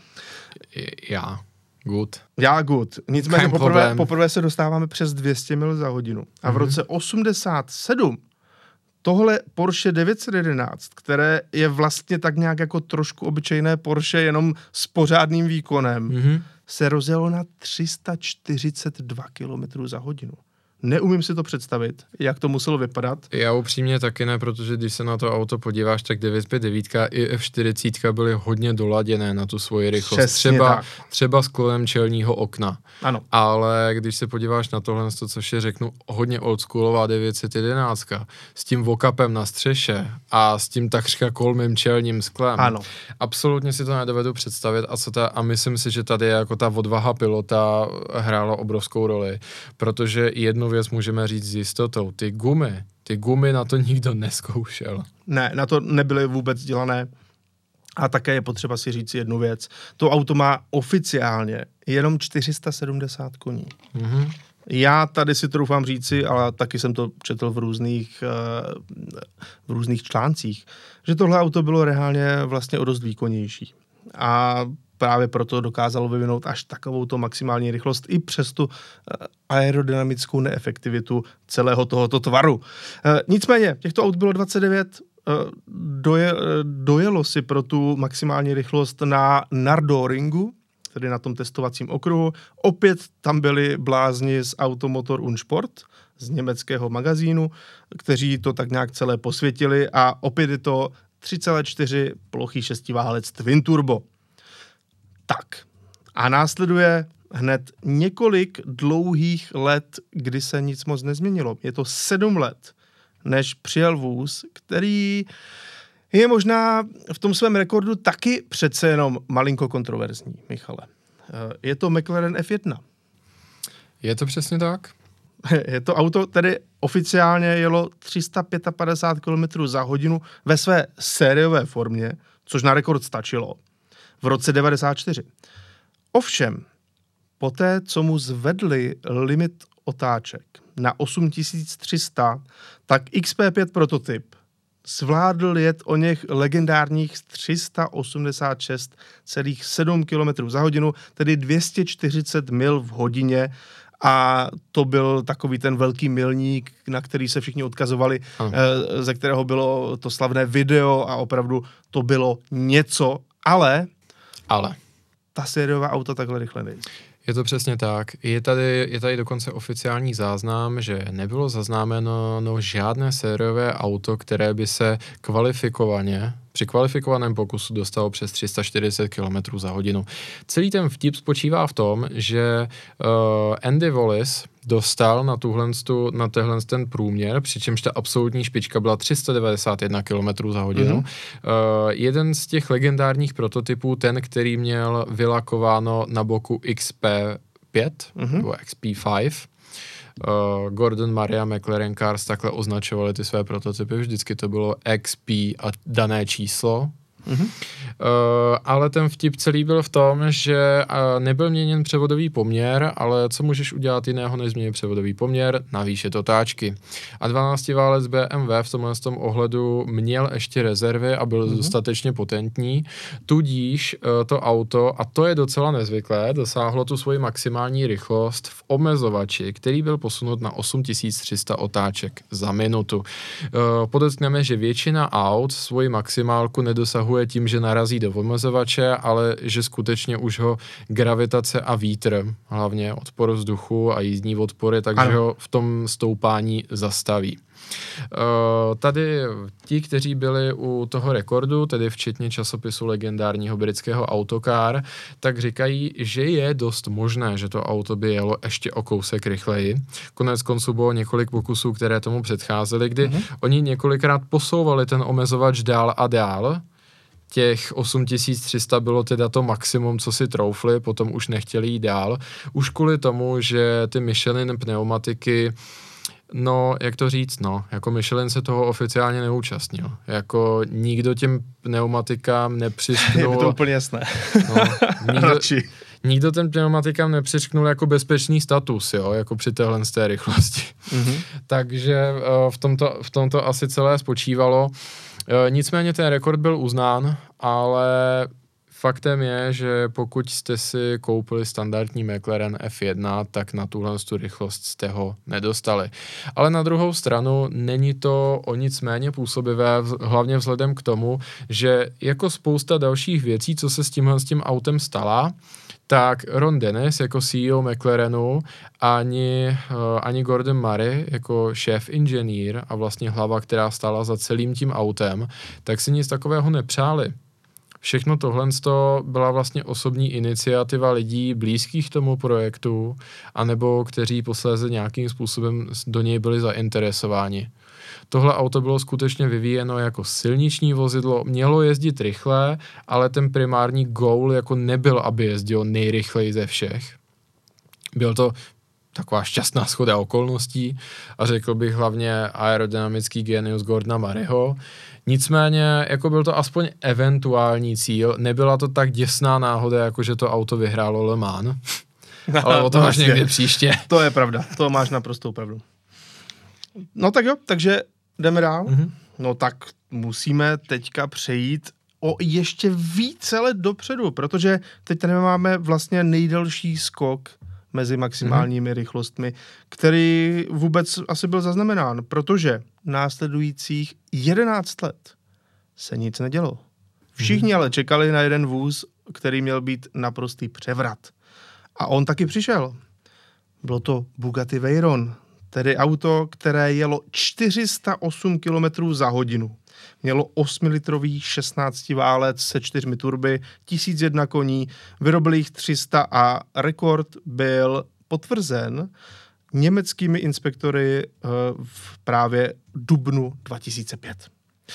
Good. Nicméně poprvé se dostáváme přes 200 mil za hodinu. A v roce 87 tohle Porsche 911, které je vlastně tak nějak jako trošku obyčejné Porsche, jenom s pořádným výkonem, se rozjelo na 342 km za hodinu. Neumím si to představit, jak to muselo vypadat. Já upřímně taky ne, protože když se na to auto podíváš, tak 959 i F40 byly hodně doladěné na tu svoji rychlost. Třeba sklonem čelního okna. Ano. Ale když se podíváš na tohle, což je řeknu hodně oldschoolová 911 s tím vokapem na střeše a s tím takřka kolmým čelním sklem. Ano. Absolutně si to nedovedu představit a myslím si, že tady jako ta odvaha pilota hrála obrovskou roli, protože jednu věc můžeme říct s jistotou. Ty gumy na to nikdo nezkoušel. Ne, na to nebyly vůbec dělané. A také je potřeba si říct jednu věc. To auto má oficiálně jenom 470 koní. Mm-hmm. Já tady si to doufám říci, ale taky jsem to četl v různých článcích, že tohle auto bylo reálně vlastně o dost výkonnější. A právě proto dokázalo vyvinout až takovouto maximální rychlost i přes tu aerodynamickou neefektivitu celého tohoto tvaru. Nicméně, těchto aut bylo 29, dojelo si pro tu maximální rychlost na Nürburgringu, tedy na tom testovacím okruhu. Opět tam byli blázni z Automotor und Sport, z německého magazínu, kteří to tak nějak celé posvětili a opět je to 3,4 plochý šestiválec Twin Turbo. Tak. A následuje hned několik dlouhých let, kdy se nic moc nezměnilo. Je to 7 let, než přijel vůz, který je možná v tom svém rekordu taky přece jenom malinko kontroverzní, Michale. Je to McLaren F1. Je to přesně tak? Je to auto, tedy oficiálně jelo 355 km za hodinu ve své sériové formě, což na rekord stačilo, v roce 94. Ovšem, poté, co mu zvedli limit otáček na 8300, tak XP5 prototyp zvládl jet o něch legendárních 386,7 km za hodinu, tedy 240 mil v hodině, a to byl takový ten velký milník, na který se všichni odkazovali, ze kterého bylo to slavné video a opravdu to bylo něco, ale ta sériová auta takhle rychle nejde. Je to přesně tak. Je tady dokonce oficiální záznam, že nebylo zaznámeno žádné sériové auto, které by se při kvalifikovaném pokusu dostalo přes 340 km za hodinu. Celý ten vtip spočívá v tom, že Andy Wallace dostal na tenhle ten průměr, přičemž ta absolutní špička byla 391 km za hodinu. Jeden z těch legendárních prototypů, ten, který měl vylakováno na boku XP5, nebo XP5, Gordon, Maria, McLaren Cars takhle označovali ty své prototypy, vždycky to bylo XP a dané číslo. Ale ten vtip celý byl v tom, že nebyl měněn převodový poměr, ale co můžeš udělat jiného, než změnit převodový poměr? Navýšit otáčky. A 12-válec BMW v tomhle ohledu měl ještě rezervy a byl dostatečně potentní, tudíž to auto, a to je docela nezvyklé, dosáhlo tu svoji maximální rychlost v omezovači, který byl posunut na 8300 otáček za minutu. Podotkneme, že většina aut svoji maximálku nedosahuje tím, že narazí do omezovače, ale že skutečně už ho gravitace a vítr, hlavně odpor vzduchu a jízdní odpory, takže ho v tom stoupání zastaví. Tady ti, kteří byli u toho rekordu, tedy včetně časopisu legendárního britského Autocar, tak říkají, že je dost možné, že to auto by jelo ještě o kousek rychleji. Konec konců bylo několik pokusů, které tomu předcházely, kdy oni několikrát posouvali ten omezovač dál a dál. Těch 8300 bylo teda to maximum, co si troufli, potom už nechtěli jít dál. Už kvůli tomu, že ty Michelin pneumatiky, jak to říct, jako Michelin se toho oficiálně neúčastnil. Jako nikdo těm pneumatikám nepřišknul. Je to úplně jasné. Nikdo ten pneumatikám nepřišknul jako bezpečný status, jako při téhle z té rychlosti. Takže v tomto asi celé spočívalo. Nicméně ten rekord byl uznán, ale faktem je, že pokud jste si koupili standardní McLaren F1, tak na tuhle rychlost jste ho nedostali. Ale na druhou stranu není to o nic méně působivé, hlavně vzhledem k tomu, že jako spousta dalších věcí, co se s tím autem stala, tak Ron Dennis jako CEO McLarenu ani Gordon Murray jako šéf inženýr a vlastně hlava, která stála za celým tím autem, tak si nic takového nepřáli. Všechno tohle byla vlastně osobní iniciativa lidí blízkých tomu projektu, anebo kteří posléze nějakým způsobem do něj byli zainteresováni. Tohle auto bylo skutečně vyvíjeno jako silniční vozidlo, mělo jezdit rychle, ale ten primární goal jako nebyl, aby jezdilo nejrychleji ze všech. Byl to taková šťastná shoda okolností a řekl bych hlavně aerodynamický genius Gordona Murrayho. Nicméně, jako byl to aspoň eventuální cíl, nebyla to tak děsná náhoda, jako že to auto vyhrálo Le Mans, ale o tom až někdy příště. To je pravda, to máš naprostou pravdu. No tak jo, takže jdeme dál. Mm-hmm. No tak musíme teďka přejít o ještě více let dopředu, protože teď tady máme vlastně nejdelší skok mezi maximálními rychlostmi, který vůbec asi byl zaznamenán, protože následujících 11 let se nic nedělo. Všichni ale čekali na jeden vůz, který měl být naprostý převrat. A on taky přišel. Bylo to Bugatti Veyron, tedy auto, které jelo 408 km za hodinu. Mělo 8-litrový 16 válec se 4 turby, 1001 koní, vyrobili jich 300 a rekord byl potvrzen německými inspektory v právě dubnu 2005.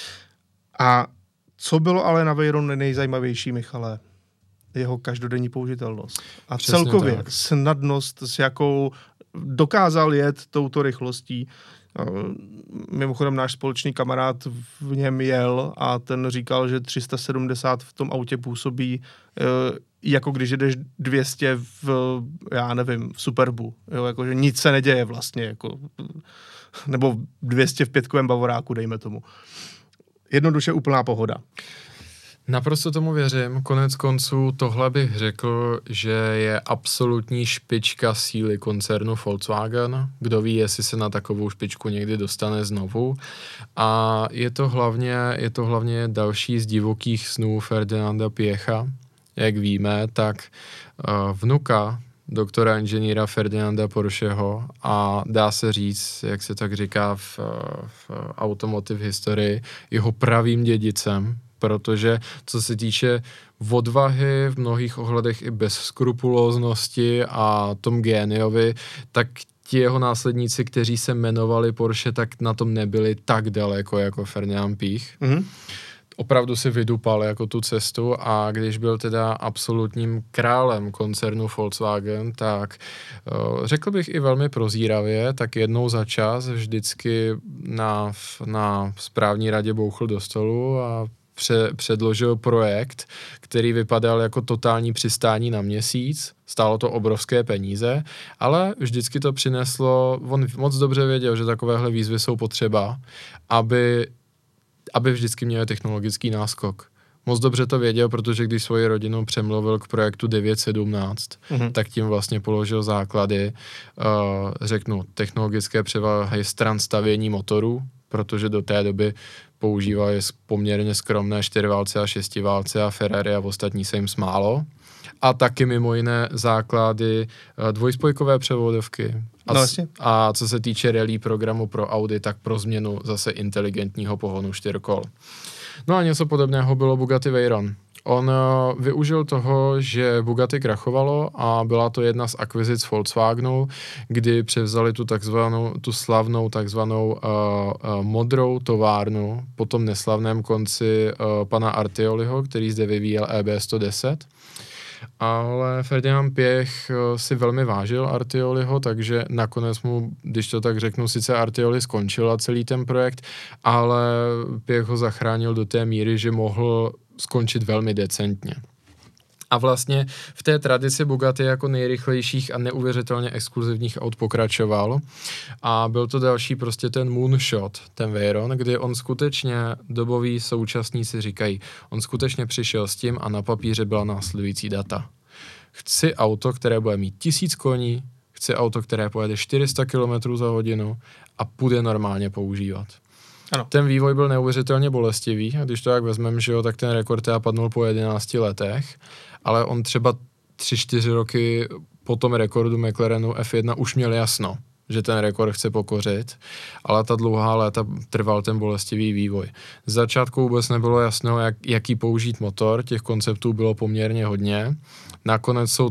A co bylo ale na Veyronu nejzajímavější, Michale? Jeho každodenní použitelnost. A přesně celkově tak. Snadnost, s jakou dokázal jet touto rychlostí. Mimochodem náš společný kamarád v něm jel a ten říkal, že 370 v tom autě působí jako když jedeš 200 v Superbu. Jo, jakože nic se neděje vlastně. Jako, nebo 200 v 5kovém Bavoráku, dejme tomu. Jednoduše úplná pohoda. Naprosto tomu věřím. Konec konců tohle bych řekl, že je absolutní špička síly koncernu Volkswagen. Kdo ví, jestli se na takovou špičku někdy dostane znovu. A je to hlavně další z divokých snů Ferdinanda Piecha. Jak víme, tak vnuka doktora inženýra Ferdinanda Porscheho a dá se říct, jak se tak říká v automotive historii, jeho pravým dědicem, protože co se týče odvahy, v mnohých ohledech i bezskrupulóznosti a tom géniovi, tak ti jeho následníci, kteří se jmenovali Porsche, tak na tom nebyli tak daleko jako Ferdinand Piech. Mm-hmm. Opravdu si vydupal jako tu cestu a když byl teda absolutním králem koncernu Volkswagen, tak řekl bych i velmi prozíravě, tak jednou za čas vždycky na správní radě bouchl do stolu a předložil projekt, který vypadal jako totální přistání na Měsíc. Stálo to obrovské peníze, ale vždycky to přineslo, on moc dobře věděl, že takovéhle výzvy jsou potřeba, aby vždycky měli technologický náskok. Moc dobře to věděl, protože když svoji rodinu přemluvil k projektu 917, tak tím vlastně položil základy, technologické převahy stran stavění motorů, protože do té doby používali poměrně skromné 4válce a 6válce a Ferrari a ostatní se jim smálo. A taky mimo jiné základy dvojspojkové převodovky. A co se týče rally programu pro Audi, tak pro změnu zase inteligentního pohonu 4kol. No a něco podobného bylo Bugatti Veyron. On využil toho, že Bugatti krachovalo a byla to jedna z akvizic Volkswagenu, kdy převzali tu slavnou takzvanou modrou továrnu po tom neslavném konci pana Artioliho, který zde vyvíjel EB110. Ale Ferdinand Piech si velmi vážil Artioliho, takže nakonec mu, když to tak řeknu, sice Artioli skončil a celý ten projekt, ale Piech ho zachránil do té míry, že mohl skončit velmi decentně. A vlastně v té tradici Bugatti jako nejrychlejších a neuvěřitelně exkluzivních aut pokračoval. A byl to další prostě ten moonshot, ten Veyron, kdy on skutečně, doboví současníci říkají, on skutečně přišel s tím a na papíře byla následující data. Chci auto, které bude mít 1000 koní, chci auto, které pojede 400 km za hodinu a bude normálně používat. Ano. Ten vývoj byl neuvěřitelně bolestivý a když to jak vezmeme, že jo, tak ten rekord teda padnul po 11 letech, ale on třeba 3-4 roky po tom rekordu McLarenu F1 už měl jasno, že ten rekord chce pokořit, ale ta dlouhá léta trval ten bolestivý vývoj. Z začátku vůbec nebylo jasno, jaký použít motor, těch konceptů bylo poměrně hodně. Nakonec jsou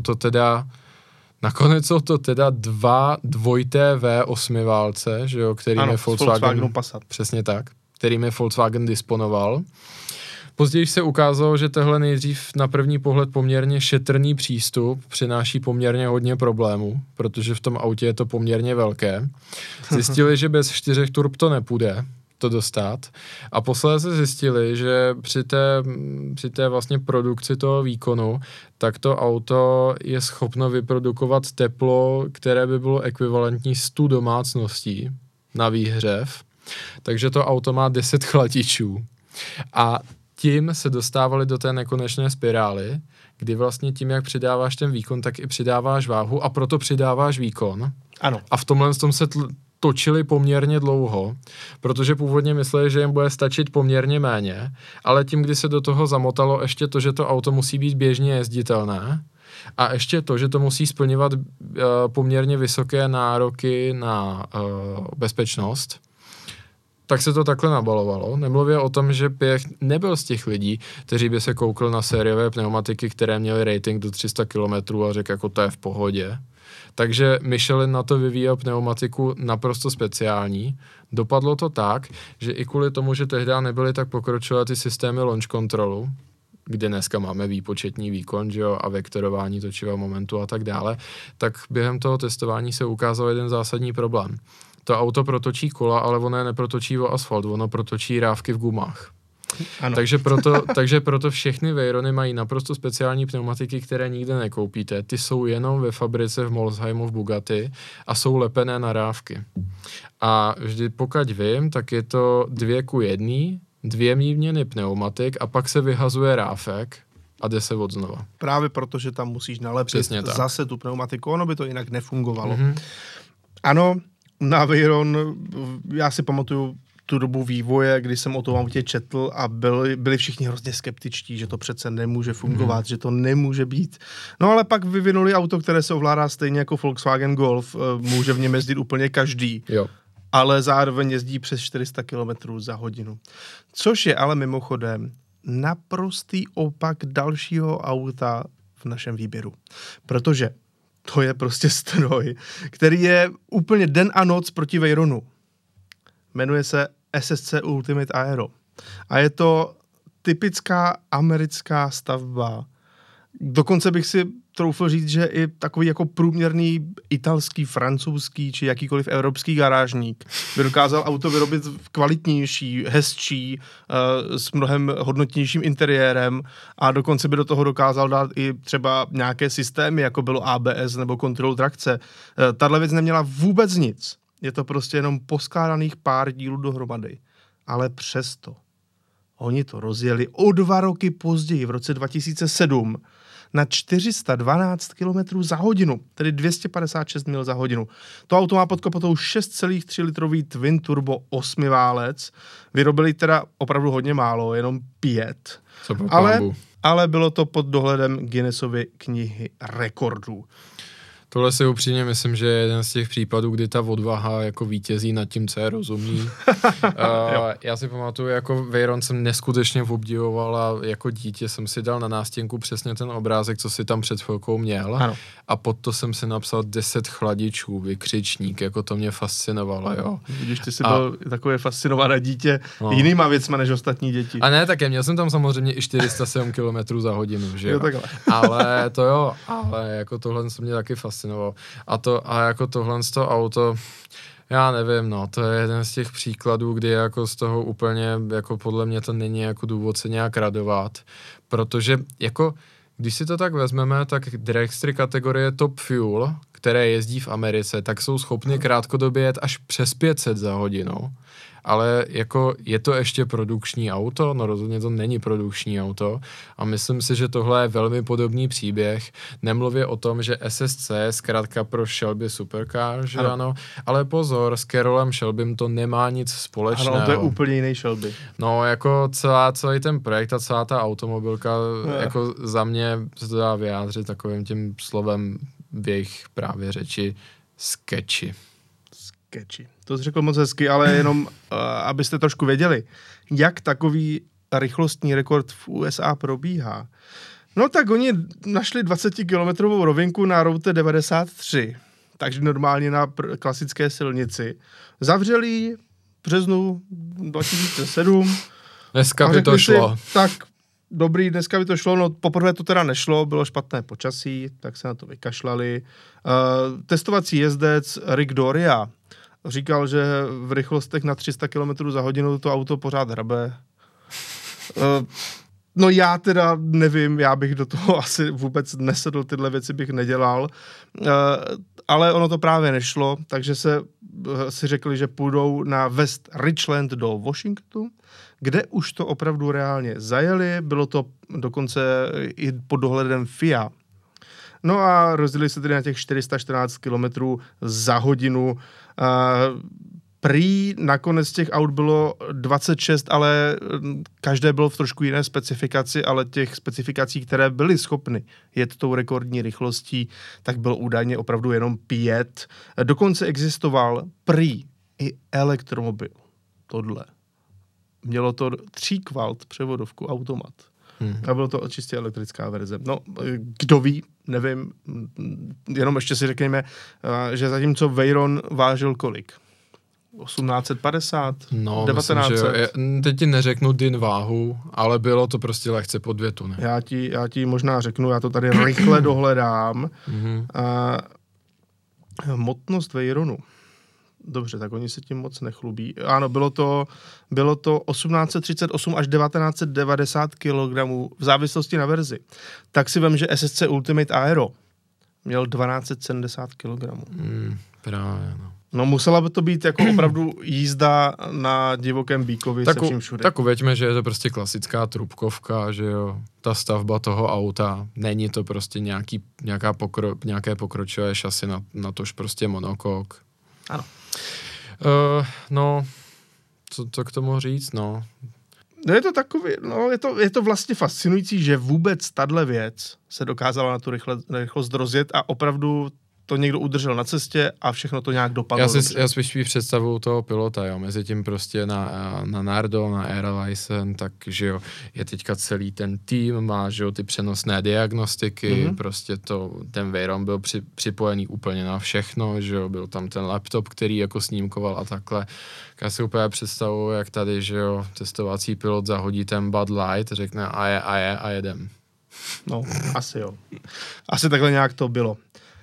to teda dva dvojité V8 válce, že jo, kterými Volkswagen Passat. Přesně tak, kterými Volkswagen disponoval. Později se ukázalo, že tohle nejdřív na první pohled poměrně šetrný přístup přináší poměrně hodně problémů, protože v tom autě je to poměrně velké. Zjistili, že bez 4 turb to nepůjde to dostat a posléze zjistili, že při té vlastně produkci toho výkonu, tak to auto je schopno vyprodukovat teplo, které by bylo ekvivalentní 100 domácností na výhřev. Takže to auto má 10 chladičů. A tím se dostávali do té nekonečné spirály, kdy vlastně tím, jak přidáváš ten výkon, tak i přidáváš váhu a proto přidáváš výkon. Ano. A v tomhle tom se točili poměrně dlouho, protože původně mysleli, že jim bude stačit poměrně méně, ale tím, kdy se do toho zamotalo ještě to, že to auto musí být běžně jezditelné a ještě to, že to musí splňovat poměrně vysoké nároky na bezpečnost, tak se to takhle nabalovalo. Nemluvě o tom, že Piech nebyl z těch lidí, kteří by se koukli na sériové pneumatiky, které měly rating do 300 km a řekl, jako to je v pohodě. Takže Michelin na to vyvíjel pneumatiku naprosto speciální. Dopadlo to tak, že i kvůli tomu, že tehdy nebyly tak pokročilé ty systémy launch controlu, kde dneska máme výpočetní výkon, že jo, a vektorování točivého momentu a tak dále, tak během toho testování se ukázal jeden zásadní problém. To auto protočí kola, ale ono je neprotočí o asfalt, ono protočí rávky v gumách. Ano. Takže proto všechny Veyrony mají naprosto speciální pneumatiky, které nikde nekoupíte. Ty jsou jenom ve fabrice v Molsheimu v Bugatti a jsou lepené na rávky. A vždy, pokud vím, tak je to 2:1, 2 výměny pneumatik a pak se vyhazuje rávek a jde se odznova. Právě proto, že tam musíš nalepit zase tu pneumatiku, ono by to jinak nefungovalo. Mm-hmm. Ano, na Veyron, já si pamatuju tu dobu vývoje, kdy jsem o tom autě četl a byli všichni hrozně skeptičtí, že to přece nemůže fungovat, že to nemůže být. No ale pak vyvinuli auto, které se ovládá stejně jako Volkswagen Golf, může v něm jezdit úplně každý. Jo. Ale zároveň jezdí přes 400 km za hodinu. Což je ale mimochodem naprostý opak dalšího auta v našem výběru. Protože to je prostě stroj, který je úplně den a noc proti Veyronu. Jmenuje se SSC Ultimate Aero. A je to typická americká stavba. Dokonce bych si troufl říct, že i takový jako průměrný italský, francouzský či jakýkoliv evropský garážník by dokázal auto vyrobit kvalitnější, hezčí, s mnohem hodnotnějším interiérem a dokonce by do toho dokázal dát i třeba nějaké systémy, jako bylo ABS nebo kontrol trakce. Tahle věc neměla vůbec nic. Je to prostě jenom poskládaných pár dílů dohromady. Ale přesto oni to rozjeli o 2 roky později, v roce 2007, na 412 km za hodinu, tedy 256 mil za hodinu. To auto má pod kapotou 6,3 litrový twin turbo 8 válec. Vyrobili teda opravdu hodně málo, jenom 5. Ale bylo to pod dohledem Guinnessovy knihy rekordů. Tohle si upřímně myslím, že je jeden z těch případů, kdy ta odvaha jako vítězí nad tím, co je rozumný. Já si pamatuju, jako Veyron jsem neskutečně obdivoval a jako dítě jsem si dal na nástěnku přesně ten obrázek, co si tam před chvilkou měl. Ano. A pod to jsem si napsal 10 chladičů, vykřičník, jako to mě fascinovalo, jo. Vidíš, ty jsi byl takové fascinované dítě jinýma věcma než ostatní děti. A ne, také měl jsem tam samozřejmě i 407 km za hodinu, že jo. Ale jako tohle se mě taky fascinovalo. A jako tohle z toho auto, já nevím, no, to je jeden z těch příkladů, kdy jako z toho úplně, jako podle mě to není jako důvod se nějak radovat, protože jako, když si to tak vezmeme, tak dragstry kategorie Top Fuel, které jezdí v Americe, tak jsou schopny krátkodobě jet až přes 500 za hodinu. ale jako je to ještě produkční auto? No rozhodně to není produkční auto a myslím si, že tohle je velmi podobný příběh. Nemluvě o tom, že SSC je zkrátka pro Shelby Supercar, že ano, ale pozor, s Carrollem Shelbym to nemá nic společného. Ano, to je úplně jiný Shelby. No, jako celý ten projekt a celá ta automobilka, jako za mě se to dá vyjádřit takovým tím slovem v jejich právě řeči sketchy. To jsi řekl moc hezky, ale jenom, abyste trošku věděli, jak takový rychlostní rekord v USA probíhá. No tak oni našli 20-kilometrovou rovinku na route 93, takže normálně na klasické silnici. Zavřeli ji v březnu 2007. Dneska by to šlo. Tak dobrý, dneska by to šlo, no poprvé to teda nešlo, bylo špatné počasí, tak se na to vykašlali. Testovací jezdec Rick Doria říkal, že v rychlostech na 300 km za hodinu to auto pořád hrabe. No já teda nevím, já bych do toho asi vůbec nesedl, tyhle věci bych nedělal, ale ono to právě nešlo, takže si řekli, že půjdou na West Richland do Washingtonu, kde už to opravdu reálně zajeli, bylo to dokonce i pod dohledem FIA. No a rozdělili se tedy na těch 414 km za hodinu. Prý nakonec těch aut bylo 26, ale každé bylo v trošku jiné specifikaci, ale těch specifikací, které byly schopny jet tou rekordní rychlostí, tak bylo údajně opravdu jenom 5. Dokonce existoval prý i elektromobil. Tohle. Mělo to 3-kvalt převodovku automat. A bylo to čistě elektrická verze. No, kdo ví, nevím, jenom ještě si řekněme, že zatímco Veyron vážil kolik? 1850? No, 1900? Myslím, že teď ti neřeknu din váhu, ale bylo to prostě lehce pod 2 tuny. Já ti možná řeknu, já to tady rychle dohledám. Hmotnost Veyronu. Dobře, tak oni se tím moc nechlubí. Ano, bylo to 1838 až 1990 kg v závislosti na verzi. Tak si vem, že SSC Ultimate Aero měl 1270 kg. Právě, no. No musela by to být jako opravdu jízda na divokém Bíkovi se vším všude. Tak uvěďme, že je to prostě klasická trubkovka, že jo, ta stavba toho auta, není to prostě nějaké pokročilé šasy na tož prostě monokok. Ano. No, co k tomu říct, no. No je to takový, no je to vlastně fascinující, že vůbec tahle věc se dokázala na tu rychlost rozjet a opravdu to někdo udržel na cestě a všechno to nějak dopadlo. Já spíš představuju toho pilota, jo, mezi tím prostě na Nardo, na Air License, takže jo, je teďka celý ten tým, má, že jo, ty přenosné diagnostiky, prostě ten Veyron byl připojený úplně na všechno, že jo, byl tam ten laptop, který jako snímkoval a takhle. Já si úplně představuju, jak tady, že jo, testovací pilot zahodí ten Bud Light, řekne a jedem. No, asi jo. Asi takhle nějak to bylo.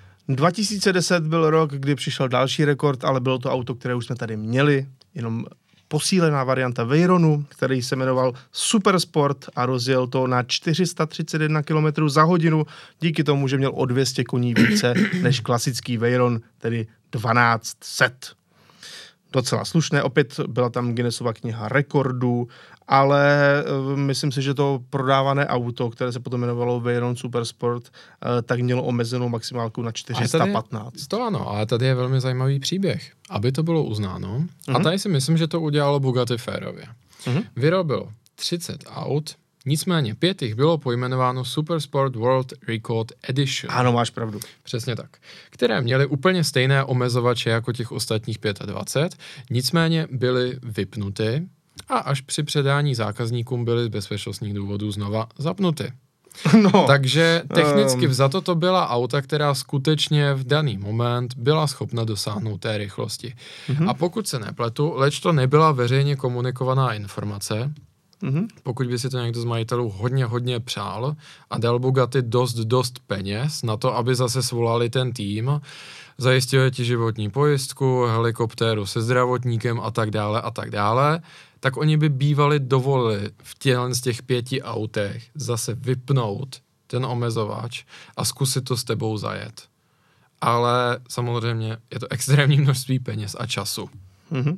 2010 byl rok, kdy přišel další rekord, ale bylo to auto, které už jsme tady měli, jenom posílená varianta Veyronu, který se jmenoval Supersport a rozjel to na 431 km za hodinu, díky tomu, že měl o 200 koní více než klasický Veyron, tedy 1200. Docela slušné, opět byla tam Guinnessova kniha rekordů, ale myslím si, že to prodávané auto, které se potom jmenovalo Veyron Supersport, tak mělo omezenou maximálku na 415. To ano, ale tady je velmi zajímavý příběh. Aby to bylo uznáno, a tady si myslím, že to udělalo Bugatti férově. Vyrobilo 30 aut, nicméně 5 jich bylo pojmenováno Supersport World Record Edition. Ano, máš pravdu. Přesně tak. Které měly úplně stejné omezovače jako těch ostatních 25, nicméně byly vypnuty a až při předání zákazníkům byly z bezpečnostních důvodů znova zapnuty. No, takže technicky vzato to byla auta, která skutečně v daný moment byla schopna dosáhnout té rychlosti. A pokud se nepletu, leč to nebyla veřejně komunikovaná informace, pokud by si to někdo z majitelů hodně přál a dal Bugatti dost peněz na to, aby zase svolali ten tým, zajistili ti životní pojistku, helikoptéru se zdravotníkem a tak dále, tak oni by bývali dovolili z těch 5 autech zase vypnout ten omezovač a zkusit to s tebou zajet. Ale samozřejmě je to extrémní množství peněz a času.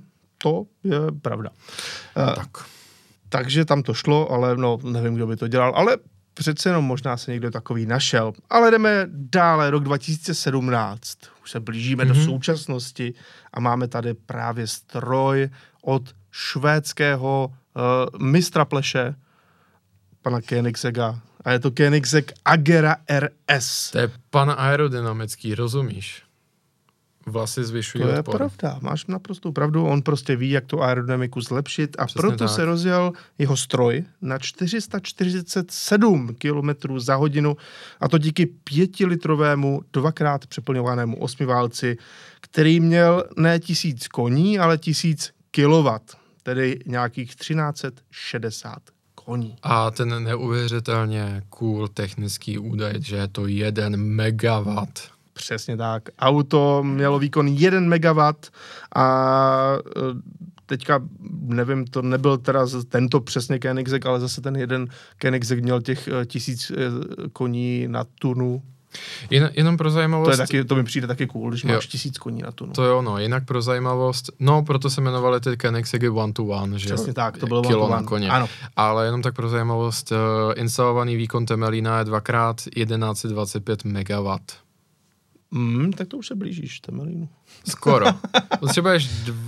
To je pravda. Tak. Takže tam to šlo, ale no, nevím, kdo by to dělal, ale přece jenom možná se někdo takový našel. Ale jdeme dále, rok 2017. Už se blížíme do současnosti a máme tady právě stroj od švédského mistra pleše, pana Koenigsegga. A je to Koenigsegg Agera RS. To je pan aerodynamický, rozumíš? Vlasy zvyšují odpor. To je pravda, máš naprostou pravdu. On prostě ví, jak tu aerodynamiku zlepšit a přesně proto tak. se rozjel jeho stroj na 447 km za hodinu a to díky 5-litrovému, dvakrát přeplňovanému osmiválci, který měl ne 1000 koní, ale 1000 kW, tedy nějakých 1360 koní. A ten neuvěřitelně cool technický údaj, že je to 1 megawatt. Přesně tak. Auto mělo výkon 1 MW a teďka, nevím, to nebyl teda tento přesně Koenigsegg, ale zase ten jeden Koenigsegg měl těch 1000 koní na tunu. Jenom pro zajímavost... To mi přijde taky cool, když máš 1000 koní na tunu. To jo, no, jinak pro zajímavost, no, proto se jmenovali ty Koenigseggy 1-to-1, že přesně tak, to bylo kilo 1-to-1. na koně. Ano. Ale jenom tak pro zajímavost, instalovaný výkon Temelína je 2x1125 MW. Tak to už se blížíš, Temelínu. Skoro. Potřebuješ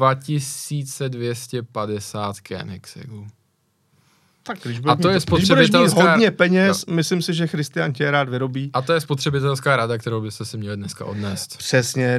2250 Koenigseggů. Tak, když budeš mít hodně peněz, myslím si, že Christian tě rád vyrobí. A to je spotřebitelská rada, kterou byste si měli dneska odnést. Přesně,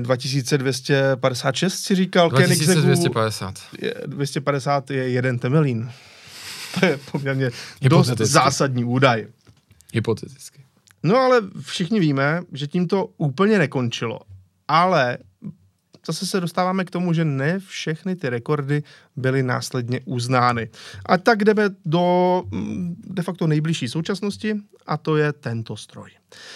2256 si říkal. 2250. 250 je jeden Temelín. To je poměrně dost zásadní údaj. Hypoteticky. No ale všichni víme, že tím to úplně nekončilo. Ale zase se dostáváme k tomu, že ne všechny ty rekordy byly následně uznány. A tak jdeme do de facto nejbližší současnosti a to je tento stroj.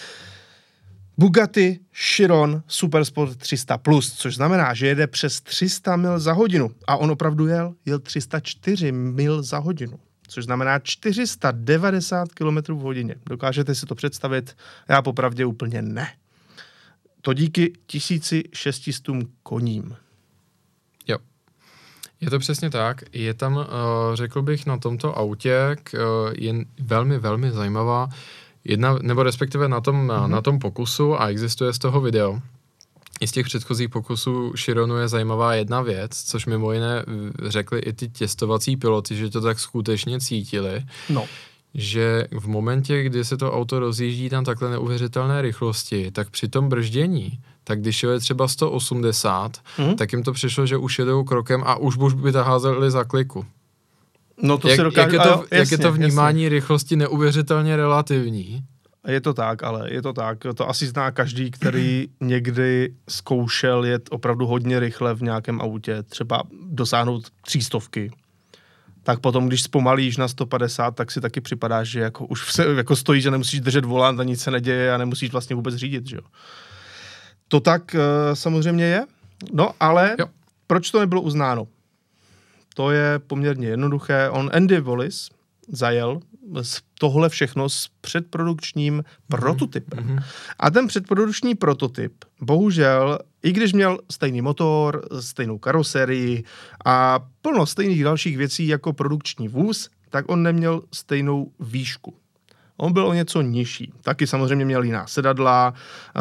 Bugatti Chiron Supersport 300+, což znamená, že jede přes 300 mil za hodinu. A on opravdu jel 304 mil za hodinu. Což znamená 490 km v hodině. Dokážete si to představit? Já popravdě úplně ne. To díky 1600 koním. Jo. Je to přesně tak. Je tam, řekl bych, na tomto autě je velmi, velmi zajímavá nebo respektive na tom pokusu a existuje z toho video. I z těch předchozích pokusů Chironu je zajímavá jedna věc, což mimo jiné řekli i ty testovací piloty, že to tak skutečně cítili. No. Že v momentě, kdy se to auto rozjíždí na takhle neuvěřitelné rychlosti, tak při tom brždění, tak když jeli třeba 180, tak jim to přišlo, že už jedou krokem a už by to házeli za kliku. No to si dokážu... Jak je to vnímání rychlosti neuvěřitelně relativní. Je to tak, ale je to tak. To asi zná každý, který někdy zkoušel jet opravdu hodně rychle v nějakém autě, třeba dosáhnout 300. Tak potom, když zpomalíš na 150, tak si taky připadáš, že jako už se jako stojí, že nemusíš držet volant a nic se neděje a nemusíš vlastně vůbec řídit, že jo. To tak samozřejmě je. No, ale proč to nebylo uznáno? To je poměrně jednoduché. Andy Wallace zajel tohle všechno s předprodukčním prototypem. A ten předprodukční prototyp, bohužel, i když měl stejný motor, stejnou karoserii a plno stejných dalších věcí jako produkční vůz, tak on neměl stejnou výšku. On byl o něco nižší. Taky samozřejmě měl jiná sedadla,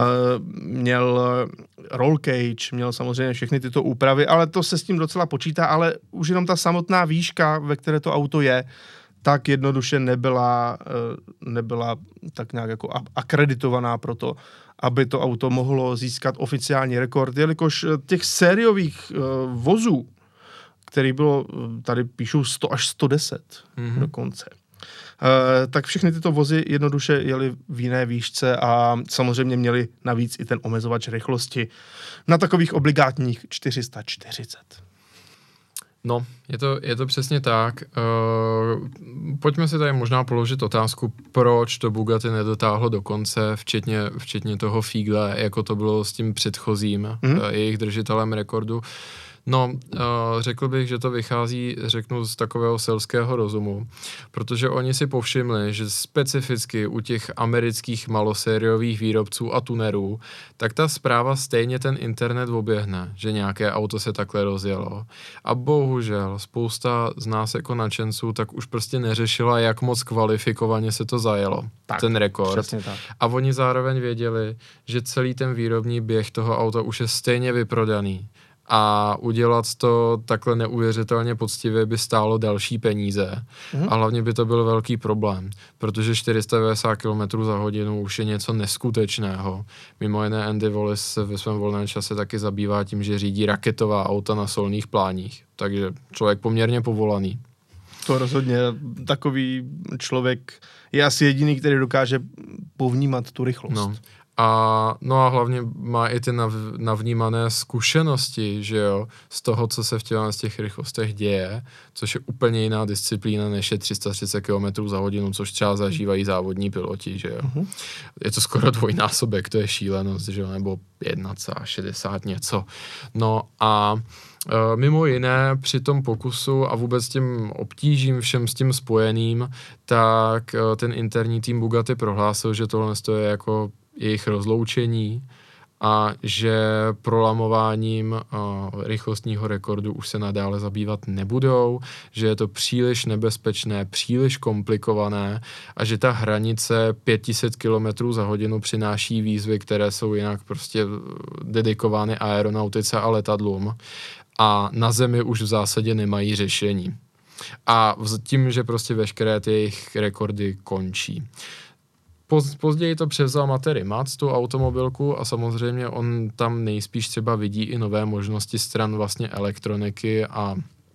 měl roll cage, měl samozřejmě všechny tyto úpravy, ale to se s tím docela počítá, ale už jenom ta samotná výška, ve které to auto je, tak jednoduše nebyla tak nějak jako akreditovaná pro to, aby to auto mohlo získat oficiální rekord, jelikož těch sériových vozů, který bylo, tady píšu 100 až 110 dokonce, tak všechny tyto vozy jednoduše jeli v jiné výšce a samozřejmě měli navíc i ten omezovač rychlosti na takových obligátních 440. No, je to přesně tak. Pojďme si tady možná položit otázku, proč to Bugatti nedotáhlo do konce, včetně toho Figla, jako to bylo s tím předchozím jejich držitelem rekordu. No, řekl bych, že to vychází, řeknu, z takového selského rozumu, protože oni si povšimli, že specificky u těch amerických malosériových výrobců a tunerů, tak ta zpráva stejně ten internet oběhne, že nějaké auto se takhle rozjelo. A bohužel spousta z nás jako nadšenců tak už prostě neřešila, jak moc kvalifikovaně se to zajelo, tak, ten rekord. Tak. A oni zároveň věděli, že celý ten výrobní běh toho auta už je stejně vyprodaný. A udělat to takhle neuvěřitelně poctivě by stálo další peníze. A hlavně by to byl velký problém, protože 490 km za hodinu už je něco neskutečného. Mimo jiné Andy Wallace se ve svém volném čase taky zabývá tím, že řídí raketová auta na solných pláních. Takže člověk poměrně povolaný. To rozhodně, takový člověk je asi jediný, který dokáže povnímat tu rychlost. No a hlavně má i ty navnímané zkušenosti, že jo, z toho, co se v těch rychlostech děje, což je úplně jiná disciplína, než je 330 km za hodinu, což třeba zažívají závodní piloti, že jo. Je to skoro dvojnásobek, to je šílenost, že jo, nebo 1,60 něco. No a mimo jiné při tom pokusu a vůbec tím obtížím všem s tím spojeným, tak ten interní tým Bugatti prohlásil, že tohle je jako jejich rozloučení a že prolamováním rychlostního rekordu už se nadále zabývat nebudou, že je to příliš nebezpečné, příliš komplikované a že ta hranice 500 km za hodinu přináší výzvy, které jsou jinak prostě dedikovány aeronautice a letadlům a na zemi už v zásadě nemají řešení. A tím, že prostě veškeré ty jejich rekordy končí. Později to převzal Mate Rimac, tu automobilku, a samozřejmě on tam nejspíš třeba vidí i nové možnosti stran vlastně elektroniky a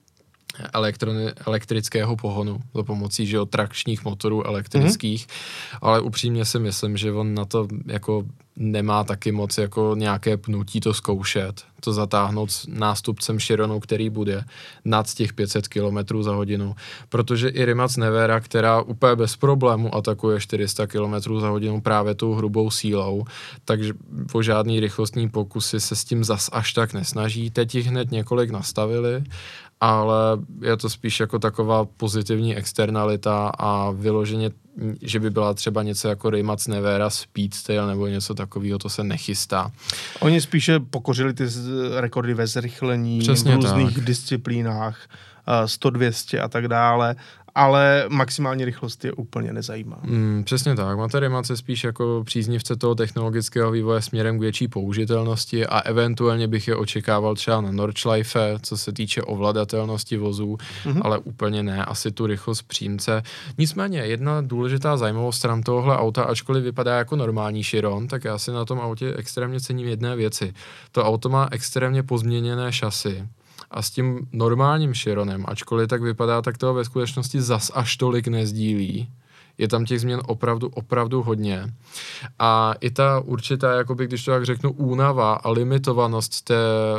elektrického pohonu za pomocí, že jo, trakčních motorů elektrických, ale upřímně si myslím, že on na to jako nemá taky moc jako nějaké pnutí to zkoušet, to zatáhnout s nástupcem Chironu, který bude nad těch 500 km za hodinu, protože i Rimac Nevera, která úplně bez problému atakuje 400 km za hodinu právě tou hrubou sílou, takže po žádný rychlostní pokusy se s tím zas až tak nesnaží. Teď jich hned několik nastavili, ale je to spíš jako taková pozitivní externalita a vyloženě, že by byla třeba něco jako Rimac Nevera Speedtail nebo něco takového, to se nechystá. Oni spíše pokořili ty rekordy ve zrychlení, přesně v různých tak. disciplínách, 100, 200 a tak dále, ale maximální rychlost je úplně nezajímá. Přesně tak. Mate Rimac je spíš jako příznivce toho technologického vývoje směrem k větší použitelnosti a eventuálně bych je očekával třeba na Nordschleife, co se týče ovladatelnosti vozů, ale úplně ne, asi tu rychlost přímce. Nicméně jedna důležitá zajímavost stran tohohle auta, ačkoliv vypadá jako normální Chiron, tak já si na tom autě extrémně cením jedné věci. To auto má extrémně pozměněné šasy. A s tím normálním Chironem, ačkoliv tak vypadá, tak toho ve skutečnosti zas až tolik nezdílí. Je tam těch změn opravdu hodně. A i ta určitá, jakoby, když to tak řeknu, únava a limitovanost té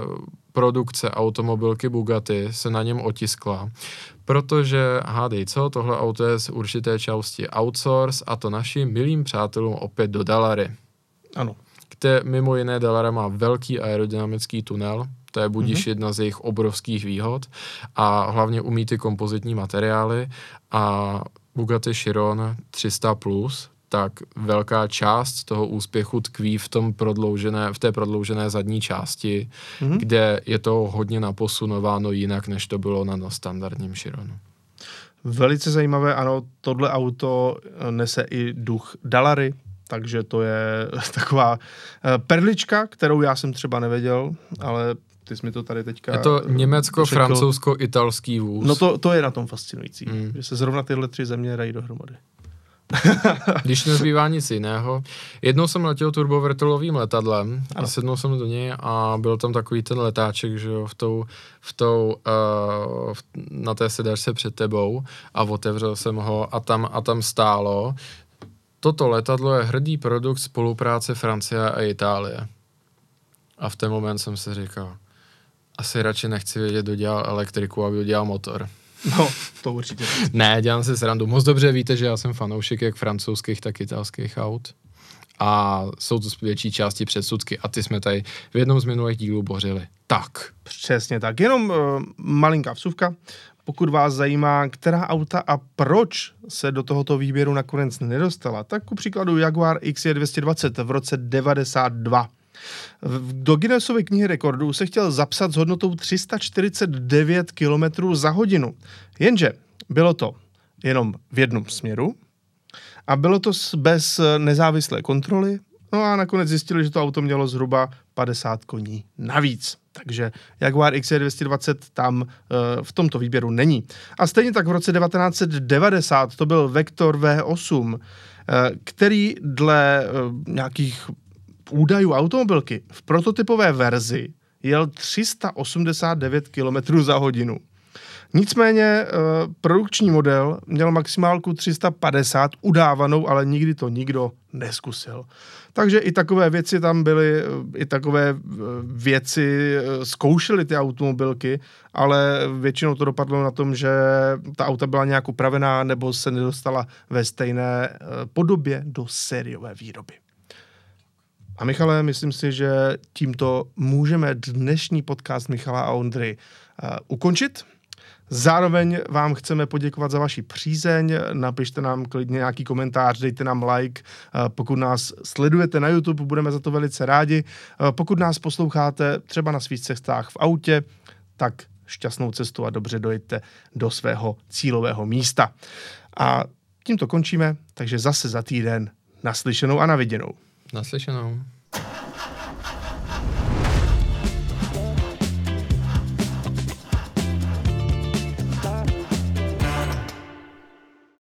produkce automobilky Bugatti se na něm otiskla. Protože, hádej co, tohle auto je z určité části outsource a to našim milým přátelům opět do Dalary. Ano. Kde mimo jiné Dalara má velký aerodynamický tunel, to je budíš jedna z jejich obrovských výhod a hlavně umí ty kompozitní materiály a Bugatti Chiron 300+, tak velká část toho úspěchu tkví v té prodloužené zadní části, kde je to hodně naposunováno jinak, než to bylo na standardním Chironu. Velice zajímavé, ano, tohle auto nese i duch Dalary, takže to je taková perlička, kterou já jsem třeba nevěděl, ale ty jsi mi to tady teďka je to německo-francouzsko-italský vůz. No to je na tom fascinující, že se zrovna tyhle tři země dají dohromady. Když nezbývá nic jiného. Jednou jsem letěl turbovrtulovým letadlem a sednul jsem do něj a byl tam takový ten letáček, že jo, na té sedačce před tebou a otevřel jsem ho a tam stálo: toto letadlo je hrdý produkt spolupráce Francie a Itálie. A v ten moment jsem si říkal, asi radši nechci vědět, kdo dělal elektriku a kdo dělal motor. No, to určitě. Ne, dělám si srandu. Moc dobře víte, že já jsem fanoušek jak francouzských, tak italských aut. a jsou to větší části předsudky a ty jsme tady v jednom z minulých dílů bořili. Tak. Přesně tak. Jenom malinká vsuvka. Pokud vás zajímá, která auta a proč se do tohoto výběru nakonec nedostala, tak ku příkladu Jaguar XJ220 v roce 92. Do Guinnessovy knihy rekordů se chtěl zapsat s hodnotou 349 km za hodinu. Jenže bylo to jenom v jednom směru a bylo to bez nezávislé kontroly. No a nakonec zjistili, že to auto mělo zhruba 50 koní navíc. Takže Jaguar XJ220 tam v tomto výběru není. A stejně tak v roce 1990 to byl Vector V8, který dle nějakých údajů automobilky v prototypové verzi jel 389 km za hodinu. Nicméně produkční model měl maximálku 350 udávanou, ale nikdy to nikdo neskusil. Takže i takové věci tam byly, i takové věci zkoušely ty automobilky, ale většinou to dopadlo na tom, že ta auta byla nějak upravená nebo se nedostala ve stejné podobě do sériové výroby. A Michale, myslím si, že tímto můžeme dnešní podcast Michala a Ondry ukončit. Zároveň vám chceme poděkovat za vaši přízeň, napište nám klidně nějaký komentář, dejte nám like, pokud nás sledujete na YouTube, budeme za to velice rádi. Pokud nás posloucháte třeba na svých cestách v autě, tak šťastnou cestu a dobře dojďte do svého cílového místa. A tímto končíme, takže zase za týden naslyšenou a na viděnou. Naslyšenou.